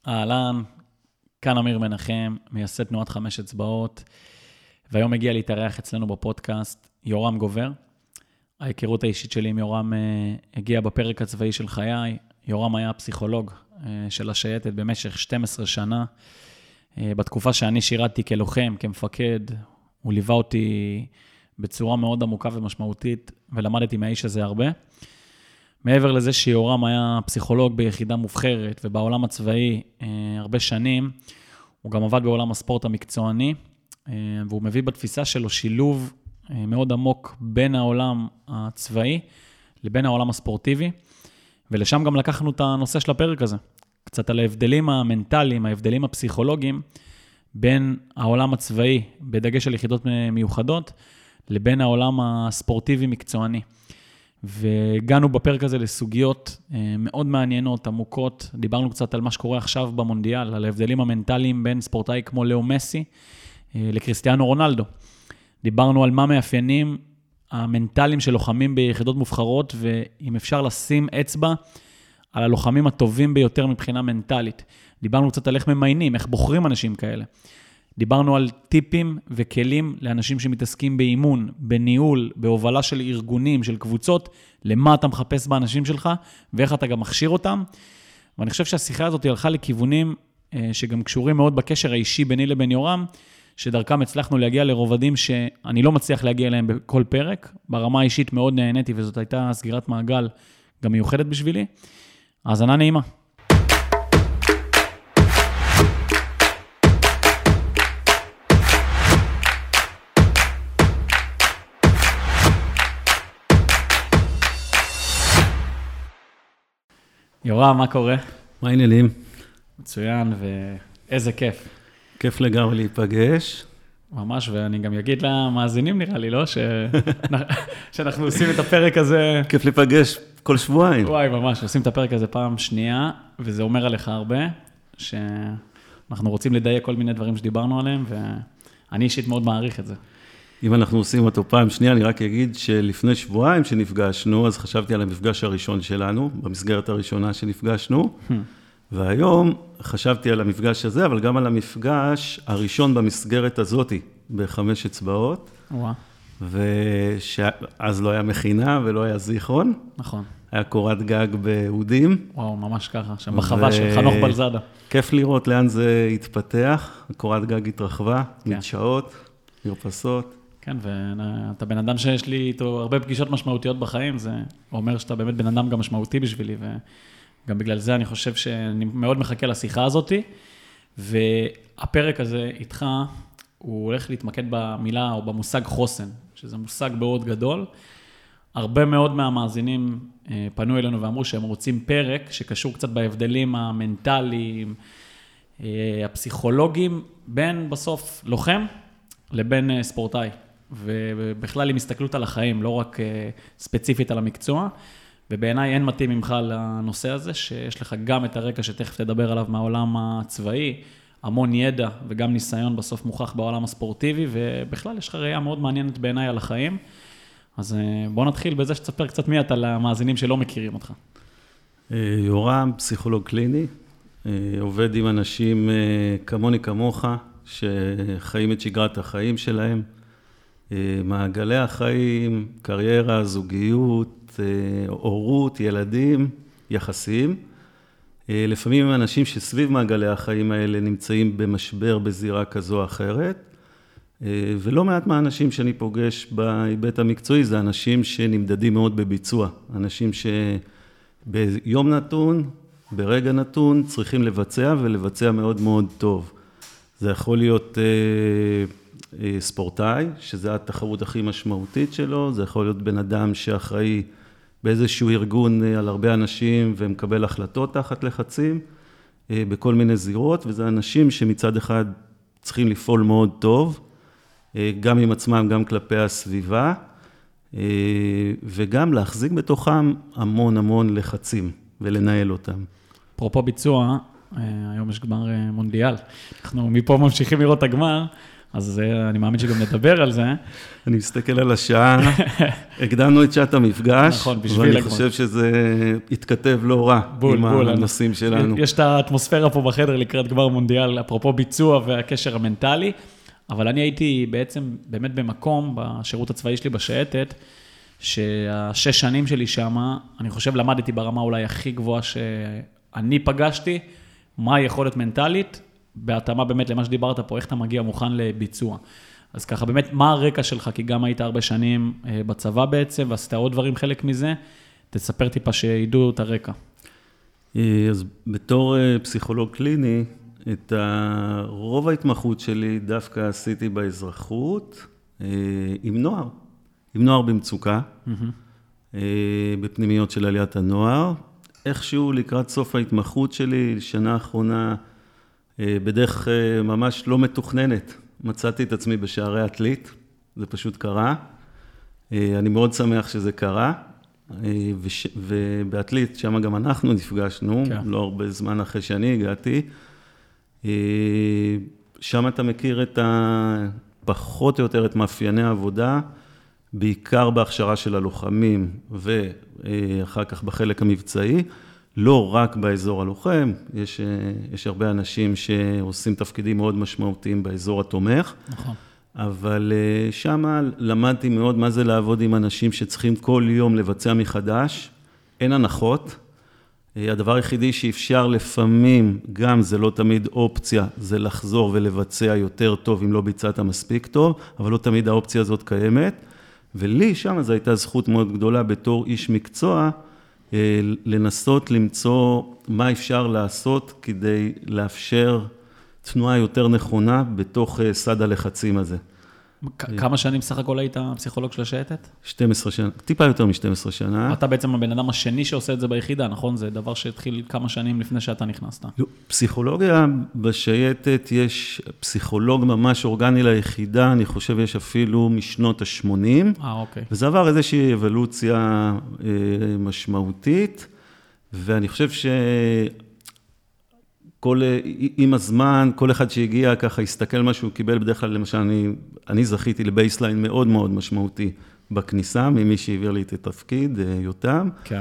אהלן, כאן אמיר מנחם, מייסד תנועת 5 אצבעות, והיום הגיע להתארח אצלנו בפודקאסט יורם גובר. ההיכרות האישית שלי עם יורם הגיעה בפרק הצבאי של חיי. יורם היה פסיכולוג של השייטת במשך 12 שנה. בתקופה שאני שירתתי כלוחם, כמפקד, הוא ליווה אותי בצורה מאוד עמוקה ומשמעותית, ולמדתי מהאיש הזה הרבה. מעבר לזה שיורם היה פסיכולוג ביחידה מובחרת, ובעולם הצבאי הרבה שנים, הוא גם עבד בעולם הספורט המקצועני, והוא מביא בתפיסה שלו שילוב מאוד עמוק בין העולם הצבאי לבין העולם הספורטיבי, ולשם גם לקחנו את הנושא של הפרק הזה. קצת על ההבדלים המנטליים, ההבדלים הפסיכולוגיים, בין העולם הצבאי, בדגש על יחידות מיוחדות, לבין העולם הספורטיבי-מקצועני. והגענו בפרק הזה לסוגיות מאוד מעניינות, עמוקות. דיברנו קצת על מה שקורה עכשיו במונדיאל, על ההבדלים המנטליים בין ספורטאי כמו לאו מסי לקריסטיאנו רונלדו. דיברנו על מה מאפיינים המנטליים של לוחמים ביחידות מובחרות, ואם אפשר לשים אצבע על הלוחמים הטובים ביותר מבחינה מנטלית. דיברנו קצת על איך ממיינים, איך בוחרים אנשים כאלה. דיברנו על טיפים וכלים לאנשים שמתעסקים באימון, בניהול, בהובלה של ארגונים, של קבוצות, למה אתה מחפש באנשים שלך, ואיך אתה גם מכשיר אותם. ואני חושב שהשיחה הזאת הלכה לכיוונים שגם קשורים מאוד בקשר האישי ביני לבין יורם, שדרכם הצלחנו להגיע לרובדים שאני לא מצליח להגיע אליהם בכל פרק. ברמה האישית מאוד נהניתי, וזאת הייתה סגירת מעגל גם מיוחדת בשבילי. האזנה נעימה. יורם, מה קורה? מה העניינים? מצוין, ואיזה כיף. כיף לגמרי להיפגש. ממש, ואני גם אגיד למאזינים נראה לי, לא? שאנחנו עושים את הפרק הזה... כיף להיפגש כל שבועיים. וואי, ממש, עושים את הפרק הזה פעם שנייה, וזה אומר עליך הרבה, שאנחנו רוצים לדייק כל מיני דברים שדיברנו עליהם, ואני אישית מאוד מעריך את זה. אם אנחנו עושים אותו פעם שנייה, אני רק אגיד שלפני שבועיים שנפגשנו, אז חשבתי על המפגש הראשון שלנו, במסגרת הראשונה שנפגשנו, והיום חשבתי על המפגש הזה, אבל גם על המפגש הראשון במסגרת הזאת, ב5 אצבעות. ושאז לא היה מכינה ולא היה זיכרון. נכון. היה קורת גג באודים. וואו, ממש ככה, שם בחווה של חנוך בלזדה. כיף לראות לאן זה התפתח, קורת גג התרחבה, מדשאות, מרפסות. כן, ואתה בן אדם שיש לי איתו הרבה פגישות משמעותיות בחיים, זה אומר שאתה באמת בן אדם גם משמעותי בשבילי, וגם בגלל זה אני חושב שאני מאוד מחכה לשיחה הזאת, והפרק הזה איתך, הוא הולך להתמקד במילה או במושג חוסן, שזה מושג מאוד גדול. הרבה מאוד מהמאזינים פנו אלינו ואמרו שהם רוצים פרק שקשור קצת בהבדלים המנטליים, הפסיכולוגיים, בין בסוף לוחם לבין ספורטאי. ובכלל עם הסתכלות על החיים, לא רק ספציפית על המקצוע, ובעיניי אין מתאים ממך לנושא הזה, שיש לך גם את הרקע שתכף תדבר עליו מהעולם הצבאי, המון ידע וגם ניסיון בסוף מוכח בעולם הספורטיבי, ובכלל יש לך ראייה מאוד מעניינת בעיניי על החיים. אז בוא נתחיל בזה שתספר קצת מי אתה למאזינים שלא מכירים אותך. יורם, פסיכולוג קליני, עובד עם אנשים כמוני כמוך, שחיים את שגרת החיים שלהם, מעגלי החיים, קריירה, זוגיות, הורות, ילדים, יחסים. לפעמים הם אנשים שסביב מעגלי החיים האלה נמצאים במשבר בזירה כזו או אחרת, ולא מעט מהאנשים שאני פוגש בהיבט המקצועי, זה אנשים שנמדדים מאוד בביצוע, אנשים שביום נתון, ברגע נתון, צריכים לבצע ולבצע מאוד מאוד טוב. זה יכול להיות ספורטאי, שזה התחרות הכי משמעותית שלו, זה יכול להיות בן אדם שאחראי באיזשהו ארגון על הרבה אנשים ומקבל החלטות תחת לחצים בכל מיני זירות, וזה אנשים שמצד אחד צריכים לפעול מאוד טוב, גם עם עצמם, גם כלפי הסביבה, וגם להחזיק בתוכם המון המון לחצים ולנהל אותם. אפרופו ביצוע, היום יש גמר מונדיאל. אנחנו מפה ממשיכים לראות את הגמר, אז אני מאמין שגם נדבר על זה. אני מסתכל על השעה, הקדמנו את שעת המפגש, נכון, בשביל ואני חושב שזה התכתב לא רע עם הנושאים שלנו. יש את האטמוספירה פה בחדר לקראת גמר מונדיאל, אפרופו ביצוע והקשר המנטלי, אבל אני הייתי בעצם באמת במקום, בשירות הצבאי שלי בשייטת, שהשש שנים שלי שם, אני חושב למדתי ברמה אולי הכי גבוהה שאני פגשתי, מה היכולת מנטלית, בהתאמה באמת למה שדיברת פה, איך אתה מגיע מוכן לביצוע. אז ככה, באמת, מה הרקע שלך? כי גם היית הרבה שנים בצבא בעצם, ועשית עוד דברים חלק מזה. תספר טיפה שידעו את הרקע. אז בתור פסיכולוג קליני, את רוב ההתמחות שלי דווקא עשיתי באזרחות, עם נוער במצוקה, בפנימיות של עליית הנוער. איכשהו לקראת סוף ההתמחות שלי, שנה האחרונה, בדרך ממש לא מתוכננת, מצאתי את עצמי בשערי עתלית, זה פשוט קרה. אני מאוד שמח שזה קרה, ובעתלית, שם גם אנחנו נפגשנו, כן. לא הרבה זמן אחרי שאני הגעתי. שם אתה מכיר פחות או יותר את מאפייני העבודה, בעיקר בהכשרה של הלוחמים, ואחר כך בחלק המבצעי, לא רק באזור הלוחם, יש הרבה אנשים שעושים תפקידים מאוד משמעותיים באזור התומך, נכון. אבל שם למדתי מאוד מה זה לעבוד עם אנשים שצריכים כל יום לבצע מחדש, אין הנחות, הדבר היחידי שאפשר לפעמים, גם זה לא תמיד אופציה, זה לחזור ולבצע יותר טוב אם לא ביצעת מספיק טוב, אבל לא תמיד האופציה הזאת קיימת, ולי שם זו הייתה זכות מאוד גדולה בתור איש מקצוע, לנסות למצוא מה אפשר לעשות כדי לאפשר תנועה יותר נכונה בתוך סד הלחצים הזה. כמה שנים סך הכל היית פסיכולוג של השייטת? 12 שנה, טיפה יותר מ-12 שנה. אתה בעצם הבן אדם השני שעושה את זה ביחידה, נכון? זה דבר שהתחיל כמה שנים לפני שאתה נכנסת. לא, פסיכולוגיה בשייטת, יש פסיכולוג ממש אורגני ליחידה, אני חושב יש אפילו משנות ה-80. אוקיי. וזה עבר איזושהי אבולוציה משמעותית, ואני חושב עם הזמן, כל אחד שהגיע ככה, הסתכל מה שהוא קיבל, בדרך כלל, למשל, אני זכיתי לבייסליין מאוד מאוד משמעותי בכניסה, ממי שהעביר לי את התפקיד, יותם. כן.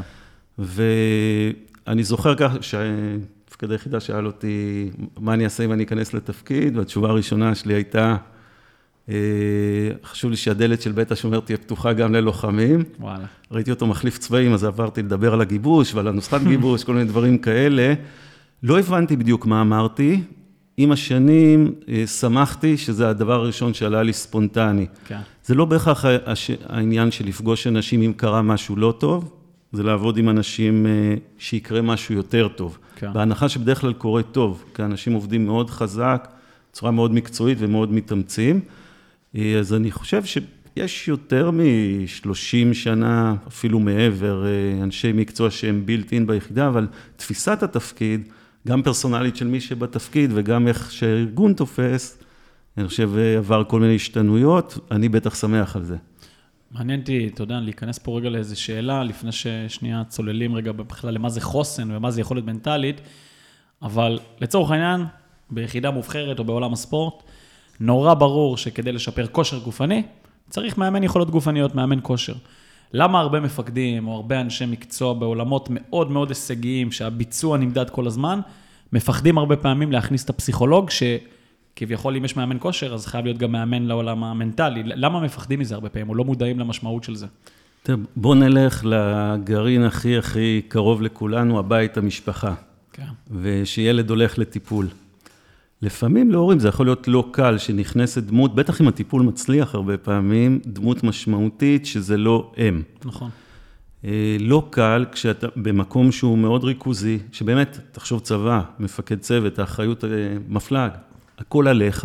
ואני זוכר כך, שמפקד היחידה שאל אותי, מה אני אעשה אם אני אכנס לתפקיד, והתשובה הראשונה שלי הייתה, חשוב לי שהדלת של בית השומר תהיה פתוחה גם ללוחמים. וואלה. ראיתי אותו מחליף צבעים, אז עברתי לדבר על הגיבוש ועל הנוסחת גיבוש, כל מיני דברים כאלה. לא הבנתי בדיוק מה אמרתי, עם השנים שמחתי שזה הדבר הראשון שעלה לי ספונטני. כן. זה לא בהכרח העניין של לפגוש אנשים אם קרה משהו לא טוב, זה לעבוד עם אנשים שיקרה משהו יותר טוב. כן. בהנחה שבדרך כלל קורה טוב, כי אנשים עובדים מאוד חזק, בצורה מאוד מקצועית ומאוד מתאמצים, אז אני חושב שיש יותר מ-30 שנה, אפילו מעבר, אנשי מקצוע שהם בילט-אין ביחידה, אבל תפיסת התפקיד, גם פרסונלית של מי שבתפקיד, וגם איך שהארגון תופס, אני חושב עבר כל מיני השתנויות, אני בטח שמח על זה. מעניין אותי, אתה יודע, להיכנס פה רגע לאיזו שאלה, לפני ששנייה צוללים רגע בכלל למה זה חוסן ומה זה יכולת מנטלית, אבל לצורך העניין, ביחידה מובחרת או בעולם הספורט, נורא ברור שכדי לשפר כושר גופני, צריך מאמן יכולות גופניות, מאמן כושר. למה הרבה מפקדים או הרבה אנשי מקצוע בעולמות מאוד מאוד הישגיים, שהביצוע נמדד כל הזמן, מפחדים הרבה פעמים להכניס את הפסיכולוג, שכביכול אם יש מאמן כושר, אז חייב להיות גם מאמן לעולם המנטלי. למה מפחדים מזה הרבה פעמים? או לא מודעים למשמעות של זה? טוב, בוא נלך לגרעין הכי קרוב לכולנו, הבית, המשפחה. כן. ושילד הולך לטיפול. לפעמים להורים זה יכול להיות לא קל שנכנסת דמות, בטח אם הטיפול מצליח הרבה פעמים, דמות משמעותית שזה לא אם. נכון. לא קל כשאתה במקום שהוא מאוד ריכוזי, שבאמת תחשוב צבא, מפקד צוות, האחריות מפלג, הכל עליך,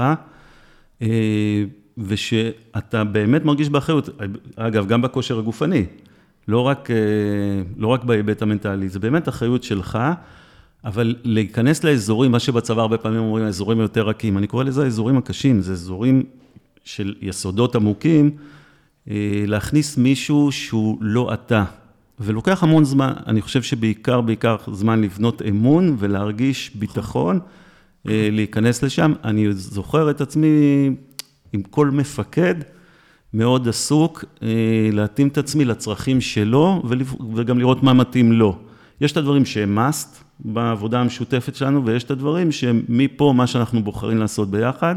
ושאתה באמת מרגיש באחריות, אגב, גם בכושר הגופני, לא רק בהיבט המנטלי, זה באמת אחריות שלך, אבל להיכנס לאזורים, מה שבצבא הרבה פעמים אומרים, האזורים יותר רכים, אני קורא לזה האזורים הקשים, זה אזורים של יסודות עמוקים, להכניס מישהו שהוא לא אתה, ולוקח המון זמן, אני חושב שבעיקר זמן לבנות אמון ולהרגיש ביטחון, להיכנס לשם. אני זוכר את עצמי עם כל מפקד מאוד עסוק להתאים את עצמי לצרכים שלו, וגם לראות מה מתאים לו. יש את הדברים שהם must בעבודה המשותפת שלנו, ויש את הדברים שמפה מה שאנחנו בוחרים לעשות ביחד,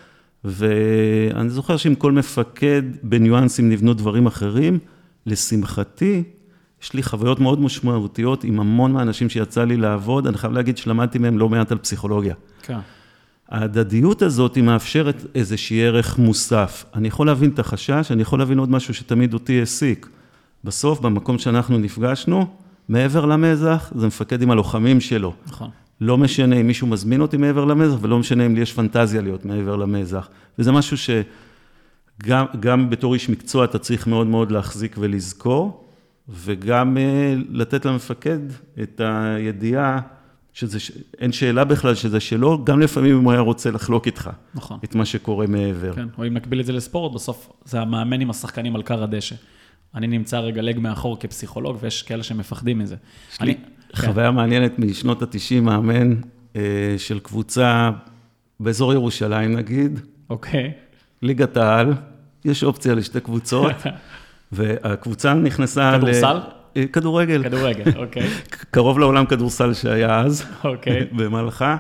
ואני זוכר שעם כל מפקד בניואנסים נבנו דברים אחרים, לשמחתי, יש לי חוויות מאוד משמעותיות עם המון מהאנשים שיצא לי לעבוד, אני חייב להגיד שלמדתי מהם לא מעט על פסיכולוגיה. כן. ההדדיות הזאת היא מאפשרת איזושהי ערך מוסף. אני יכול להבין את החשש, אני יכול להבין עוד משהו שתמיד אותי העסיק. בסוף, במקום שאנחנו נפגשנו, מעבר למזח, זה מפקד עם הלוחמים שלו. נכון. לא משנה אם מישהו מזמין אותי מעבר למזח, ולא משנה אם לי יש פנטזיה להיות מעבר למזח. וזה משהו שגם בתור איש מקצוע אתה צריך מאוד מאוד להחזיק ולזכור, וגם לתת למפקד את הידיעה, אין שאלה בכלל שזה שלו, גם לפעמים אם הוא היה רוצה לחלוק איתך. נכון. את מה שקורה מעבר. כן, או אם נקביל את זה לספורט, בסוף זה המאמן עם השחקנים על קר הדשא. אני נמצא רגע לג מאחור כפסיכולוג, ויש כאלה שמפחדים מזה. יש לי חוויה מעניינת משנות ה-90, מאמן של קבוצה באזור ירושלים נגיד. אוקיי. ליגת העל, יש אופציה לשתי קבוצות, והקבוצה נכנסה כדורסל? כדורגל. כדורגל, אוקיי. קרוב לעולם כדורסל שהיה אז, אוקיי. במלכה,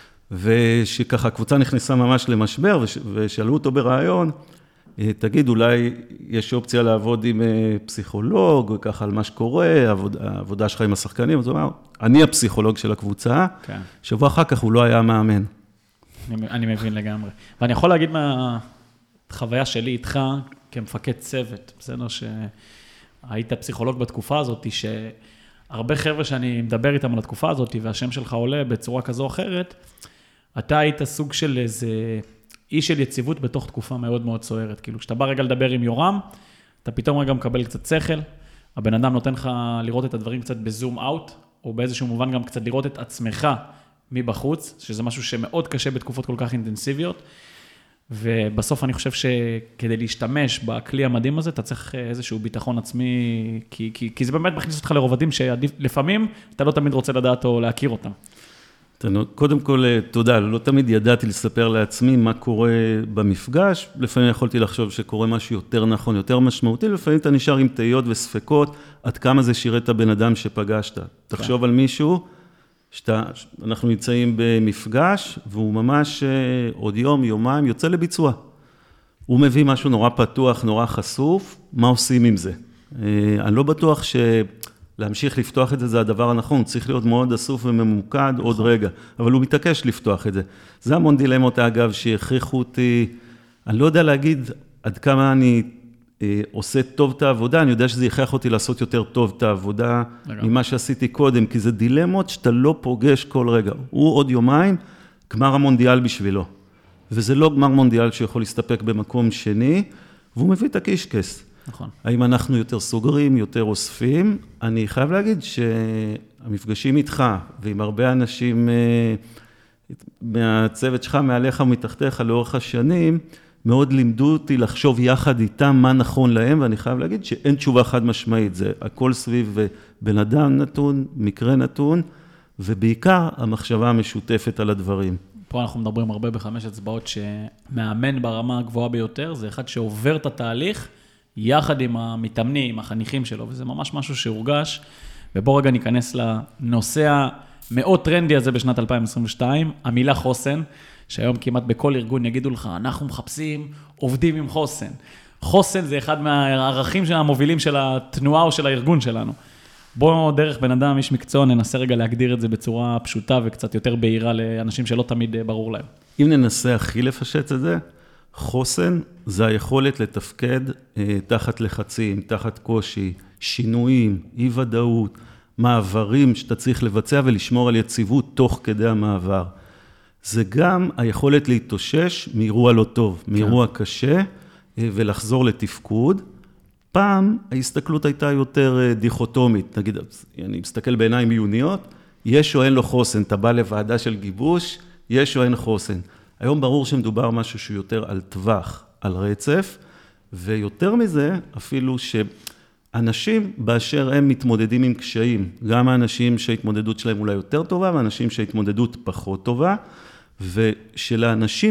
ושככה הקבוצה נכנסה ממש למשבר, ושאלו אותו ברעיון, תגיד, אולי יש אופציה לעבוד עם פסיכולוג, וככה על מה שקורה, העבודה שלך עם השחקנים, אז הוא אמר, אני הפסיכולוג של הקבוצה, כן. שבוע אחר כך הוא לא היה מאמן. אני מבין לגמרי. ואני יכול להגיד מהחוויה שלי איתך, כמפקד צוות, בסדר שהיית פסיכולוג בתקופה הזאת, שהרבה חבר'ה שאני מדבר איתם על התקופה הזאת, והשם שלך עולה בצורה כזו או אחרת, אתה היית סוג של איזה איש של יציבות בתוך תקופה מאוד מאוד סוערת. כאילו, כשאתה בא רגע לדבר עם יורם, אתה פתאום רגע מקבל קצת שכל, הבן אדם נותן לך לראות את הדברים קצת בזום אאוט, או באיזשהו מובן גם קצת לראות את עצמך מבחוץ, שזה משהו שמאוד קשה בתקופות כל כך אינטנסיביות, ובסוף אני חושב שכדי להשתמש בכלי המדהים הזה, אתה צריך איזשהו ביטחון עצמי, כי זה באמת מכניס אותך לרובדים שלפעמים אתה לא תמיד רוצה לדעת או להכיר אותם. קודם כל, תודה, לא תמיד ידעתי לספר לעצמי מה קורה במפגש, לפעמים יכולתי לחשוב שקורה משהו יותר נכון, יותר משמעותי, לפעמים אתה נשאר עם תהיות וספקות, עד כמה זה שירת הבן אדם שפגשת. תחשוב על מישהו, אנחנו נמצאים במפגש, והוא ממש עוד יום, יומיים, יוצא לביצוע. הוא מביא משהו נורא פתוח, נורא חשוף, מה עושים עם זה? אני לא בטוח להמשיך לפתוח את זה, זה הדבר הנכון, צריך להיות מאוד אסוף וממוקד עוד רגע, אבל הוא מתעקש לפתוח את זה. זה המון דילמות, אגב, שהכריחו אותי, אני לא יודע להגיד עד כמה אני עושה טוב את העבודה, אני יודע שזה יכריח אותי לעשות יותר טוב את העבודה ממה שעשיתי קודם, כי זה דילמות שאתה לא פוגש כל רגע. הוא עוד יומיים, גמר המונדיאל בשבילו, וזה לא גמר מונדיאל שיכול להסתפק במקום שני, והוא מביא את הקישקס. נכון. האם אנחנו יותר סוגרים, יותר אוספים? אני חייב להגיד שהמפגשים איתך ועם הרבה אנשים מהצוות שלך, מעליך ומתחתיך לאורך השנים, מאוד לימדו אותי לחשוב יחד איתם מה נכון להם, ואני חייב להגיד שאין תשובה חד משמעית, זה הכל סביב בן אדם נתון, מקרה נתון, ובעיקר המחשבה המשותפת על הדברים. פה אנחנו מדברים הרבה בחמש אצבעות שמאמן ברמה הגבוהה ביותר, זה אחד שעובר את התהליך, יחד עם המתאמנים, החניכים שלו, וזה ממש משהו שהורגש, ובוא רגע ניכנס לנושא המאוד טרנדי הזה בשנת 2022, המילה חוסן, שהיום כמעט בכל ארגון יגידו לך, אנחנו מחפשים עובדים עם חוסן. חוסן זה אחד מהערכים המובילים של התנועה או של הארגון שלנו. בוא דרך בן אדם, איש מקצוע, ננסה רגע להגדיר את זה בצורה פשוטה וקצת יותר בהירה לאנשים שלא תמיד ברור להם. אם ננסה הכי לפשט את זה, חוסן זה היכולת לתפקד תחת לחצים, תחת קושי, שינויים, אי ודאות, מעברים שאתה צריך לבצע ולשמור על יציבות תוך כדי המעבר. זה גם היכולת להתאושש מאירוע לא טוב, מאירוע קשה, ולחזור לתפקוד. פעם ההסתכלות הייתה יותר דיכוטומית, נגיד, אני מסתכל בעיניים עיוניות, יש או אין לו חוסן, אתה בא לוועדה של גיבוש, יש או אין חוסן. היום ברור שמדובר משהו שהוא יותר על טווח, על רצף, ויותר מזה, אפילו שאנשים באשר הם מתמודדים עם קשיים, גם האנשים שההתמודדות שלהם אולי יותר טובה, ואנשים שההתמודדות פחות טובה, ושלאנשים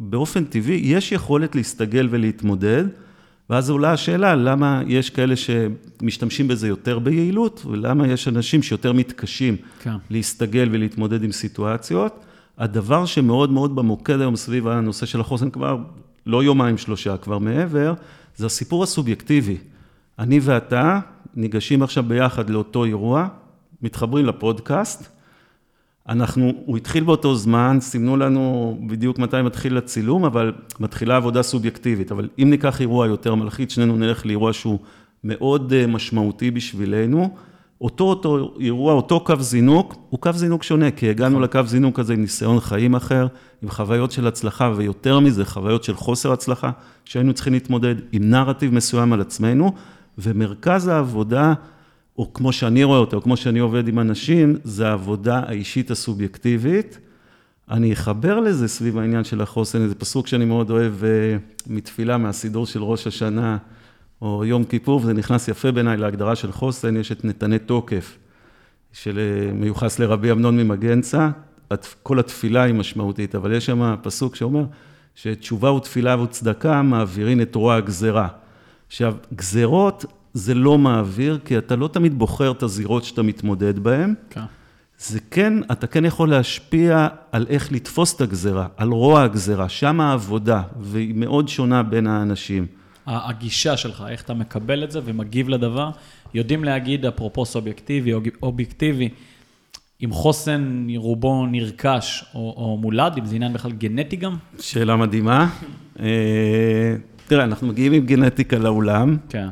באופן טבעי יש יכולת להסתגל ולהתמודד, ואז עולה השאלה, למה יש כאלה שמשתמשים בזה יותר ביעילות, ולמה יש אנשים שיותר מתקשים להסתגל ולהתמודד עם סיטואציות. הדבר שמאוד מאוד במוקד היום סביב הנושא של החוסן כבר, לא יומיים שלושה, כבר מעבר, זה הסיפור הסובייקטיבי. אני ואתה ניגשים עכשיו ביחד לאותו אירוע, מתחברים לפודקאסט, הוא התחיל באותו זמן, סימנו לנו בדיוק מתי מתחיל הצילום, אבל מתחילה עבודה סובייקטיבית. אבל אם ניקח אירוע יותר מלחיץ, שנינו נלך לאירוע שהוא מאוד משמעותי בשבילנו, אותו אירוע, אותו קו זינוק, הוא קו זינוק שונה, כי הגענו לקו זינוק הזה עם ניסיון חיים אחר, עם חוויות של הצלחה, ויותר מזה, חוויות של חוסר הצלחה, שהיינו צריכים להתמודד עם נרטיב מסוים על עצמנו, ומרכז העבודה, או כמו שאני רואה אותה, או כמו שאני עובד עם אנשים, זה העבודה האישית הסובייקטיבית. אני אחבר לזה סביב העניין של החוסן, זה פסוק שאני מאוד אוהב מתפילה מהסידור של ראש השנה, או יום כיפור, וזה נכנס יפה בעיניי להגדרה של חוסן, יש את נתני תוקף, מיוחס לרבי אמנון ממגנצה, כל התפילה היא משמעותית, אבל יש שם פסוק שאומר, שתשובה ותפילה וצדקה מעבירים את רוע הגזרה. עכשיו, גזרות זה לא מעביר, כי אתה לא תמיד בוחר את הזירות שאתה מתמודד בהן. זה כן, אתה כן יכול להשפיע על איך לתפוס את הגזרה, על רוע הגזרה, שם העבודה, והיא מאוד שונה בין האנשים. הגישה שלך, איך אתה מקבל את זה ומגיב לדבר, יודעים להגיד, אפרופו סובייקטיבי או אובייקטיבי, אם חוסן רובו נרכש או מולד, אם זה עניין בכלל גנטי גם? שאלה מדהימה. תראה, אנחנו מגיעים עם גנטיקה לעולם. כן.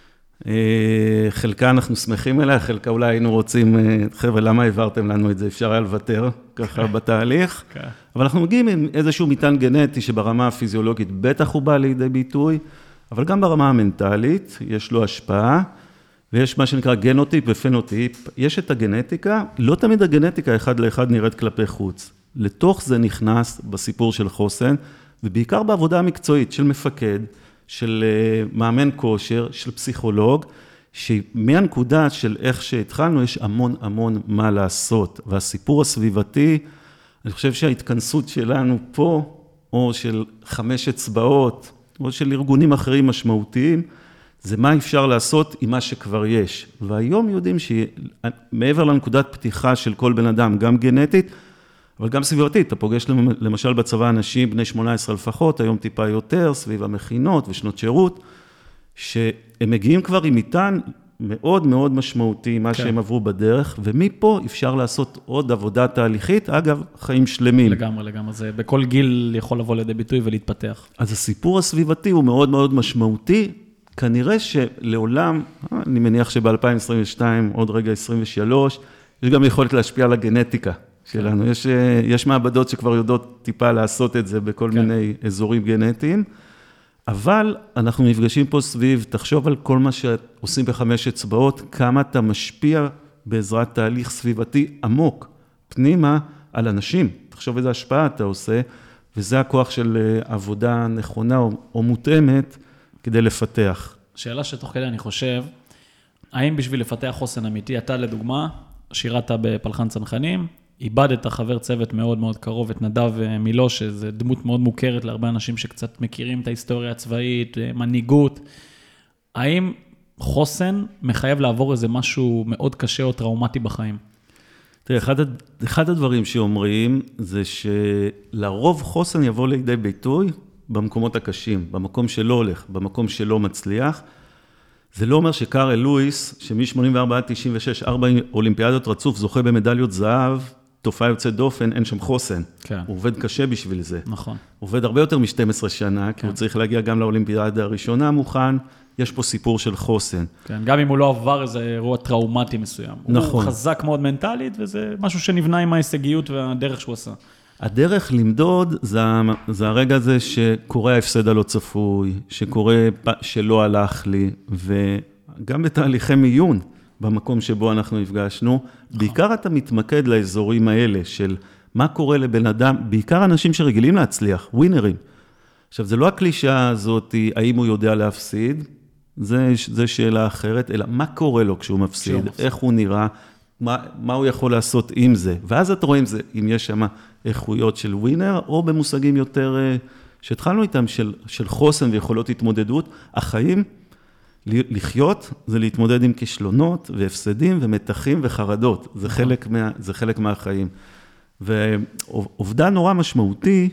חלקה אנחנו שמחים אליה, חלקה אולי היינו רוצים, חבר'ה, למה העברתם לנו את זה? אפשר היה לוותר ככה בתהליך. אבל אנחנו מגיעים עם איזשהו מטען גנטי שברמה הפיזיולוגית בטח הוא בא לידי ביטוי, אבל גם ברמה המנטלית יש לו השפעה, ויש מה שנקרא גנוטיפ ופנוטיפ. יש את הגנטיקה, לא תמיד הגנטיקה אחד לאחד נראית כלפי חוץ. לתוך זה נכנס בסיפור של חוסן, ובעיקר בעבודה המקצועית של מפקד, של מאמן כושר, של פסיכולוג, שמהנקודה של איך שהתחלנו, יש המון המון מה לעשות. והסיפור הסביבתי, אני חושב שההתכנסות שלנו פה, או של 5 אצבעות, או של ארגונים אחרים משמעותיים, זה מה אפשר לעשות עם מה שכבר יש. והיום יודעים שמעבר לנקודת פתיחה של כל בן אדם, גם גנטית, אבל גם סביבתית, אתה פוגש למשל בצבא אנשים בני 18 לפחות, היום טיפה יותר, סביב המכינות ושנות שירות, שהם מגיעים כבר עם מטען מאוד מאוד משמעותי, מה שהם עברו בדרך, ומפה אפשר לעשות עוד עבודה תהליכית, אגב, חיים שלמים. לגמרי, זה בכל גיל יכול לבוא לידי ביטוי ולהתפתח. אז הסיפור הסביבתי הוא מאוד מאוד משמעותי, כנראה שלעולם, אני מניח שב-2022, עוד רגע 23, יש גם יכולת להשפיע על הגנטיקה שלנו. יש מעבדות שכבר יודעות טיפה לעשות את זה בכל מיני אזורים גנטיים, אבל אנחנו נפגשים פה סביב, תחשוב על כל מה שעושים ב5 אצבעות, כמה אתה משפיע בעזרת תהליך סביבתי עמוק, פנימה על אנשים. תחשוב איזה השפעה אתה עושה, וזה הכוח של עבודה נכונה או מותאמת כדי לפתח. שאלה שתוך כדי אני חושב, האם בשביל לפתח חוסן אמיתי, אתה לדוגמה, שירת בפלחן צנחנים, איבדת חבר צוות מאוד מאוד קרוב, את נדב מילו, שזה דמות מאוד מוכרת להרבה אנשים שקצת מכירים את ההיסטוריה הצבאית, מנהיגות. האם חוסן מחייב לעבור איזה משהו מאוד קשה או טראומטי בחיים? תראה, אחד הדברים שאומרים זה שלרוב חוסן יבוא לידי ביטוי במקומות הקשים, במקום שלא הולך, במקום שלא מצליח. זה לא אומר שקארל לואיס, שמ-84 עד 96, 4 אולימפיאדות רצוף, זוכה במדליות זהב, תופעה יוצאת דופן, אין שם חוסן. כן. הוא עובד קשה בשביל זה. נכון. הוא עובד הרבה יותר מ-12 שנה, כי הוא צריך להגיע גם לאולימפיאדה הראשונה מוכן, יש פה סיפור של חוסן. כן, גם אם הוא לא עבר איזה אירוע טראומטי מסוים. נכון. הוא חזק מאוד מנטלית, וזה משהו שנבנה עם ההישגיות והדרך שהוא עשה. הדרך למדוד זה הרגע הזה שקורה ההפסד הלא צפוי, שקורה שלא הלך לי, וגם בתהליכי מיון, במקום שבו אנחנו נפגשנו, בעיקר אתה מתמקד לאזורים האלה של מה קורה לבן אדם, בעיקר אנשים שרגילים להצליח, ווינרים. עכשיו, זה לא הקלישה הזאת, האם הוא יודע להפסיד, זה שאלה אחרת, אלא מה קורה לו כשהוא מפסיד, איך הוא נראה, מה הוא יכול לעשות עם זה. ואז אתה רואה אם יש שם איכויות של ווינר, או במושגים יותר, שהתחלנו איתם, של חוסן ויכולות התמודדות. החיים, לחיות, זה להתמודד עם כישלונות והפסדים ומתחים וחרדות. זה חלק מהחיים. ואובדן נורא משמעותי,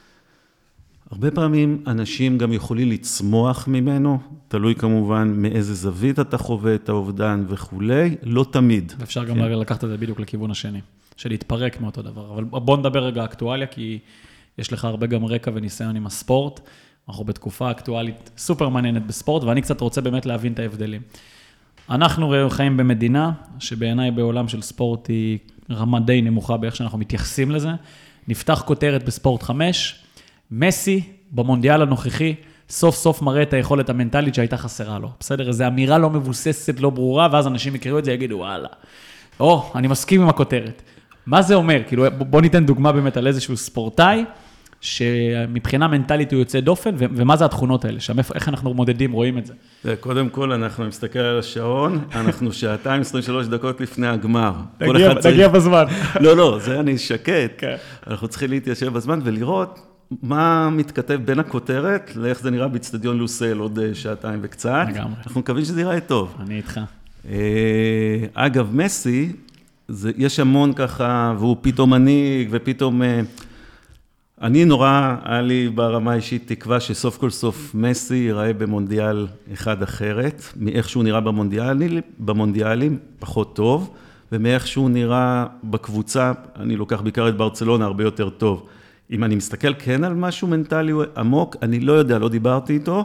הרבה פעמים אנשים גם יכולים לצמוח ממנו, תלוי כמובן מאיזה זווית אתה חווה את האובדן וכולי, לא תמיד. ואפשר גם לקחת את זה בדיוק לכיוון השני, של להתפרק מאותו דבר. אבל בוא נדבר רגע אקטואליה, כי יש לך הרבה גם רקע וניסיון עם הספורט. אנחנו בתקופה אקטואלית סופר מעניינת בספורט, ואני קצת רוצה באמת להבין את ההבדלים. אנחנו חיים במדינה, שבעיניי בעולם של ספורט היא רמה די נמוכה באיך שאנחנו מתייחסים לזה. נפתח כותרת בספורט 5, מסי במונדיאל הנוכחי, סוף סוף מראה את היכולת המנטלית שהייתה חסרה לו. בסדר? איזו אמירה לא מבוססת, לא ברורה, ואז אנשים יקראו את זה, יגידו, וואלה. אני מסכים עם הכותרת. מה זה אומר? כאילו, בוא ניתן דוגמה באמת על איזשהו ספורטאי, שמבחינה מנטלית הוא יוצא דופן, ומה זה התכונות האלה? איך אנחנו מודדים, רואים את זה? קודם כל, אנחנו מסתכל על השעון, אנחנו 2:23 דקות לפני הגמר. תגיע בזמן. לא, זה אני שקט. אנחנו צריכים להתיישב בזמן ולראות מה מתכתב בין הכותרת, לאיך זה נראה באצטדיון לוסל עוד 2 וקצת. לגמרי. אנחנו מקווים שזה יראה טוב. אני איתך. אגב, מסי, יש המון ככה, והוא פתאום מנהיג, ופתאום... אני נורא, היה לי ברמה האישית תקווה שסוף כל סוף מסי ייראה במונדיאל אחד אחרת, מאיך שהוא נראה במונדיאלים פחות טוב, ומאיך שהוא נראה בקבוצה, אני לוקח בעיקר את ברצלונה הרבה יותר טוב. אם אני מסתכל כן על משהו מנטלי עמוק, אני לא יודע, לא דיברתי איתו,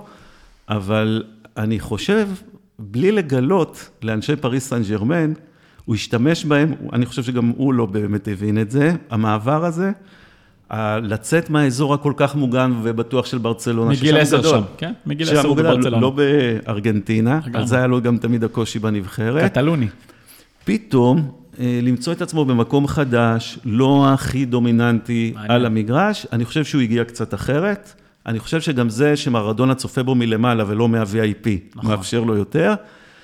אבל אני חושב, בלי לגלות לאנשי פריס סן ז'רמן, הוא השתמש בהם, אני חושב שגם הוא לא באמת הבין את זה, המעבר הזה, לצאת מהאזור הכל כך מוגן ובטוח של ברצלונה. מגיל 10 שם, כן? מגיל 10 בברצלונה. לא בארגנטינה, אז זה היה לו גם תמיד הקושי בנבחרת. קטלוני. פתאום למצוא את עצמו במקום חדש, לא הכי דומיננטי על המגרש, אני חושב שהוא הגיע קצת אחרת, אני חושב שגם זה שמרדונה צופה בו מלמעלה ולא מה-VIP, מאפשר לו יותר.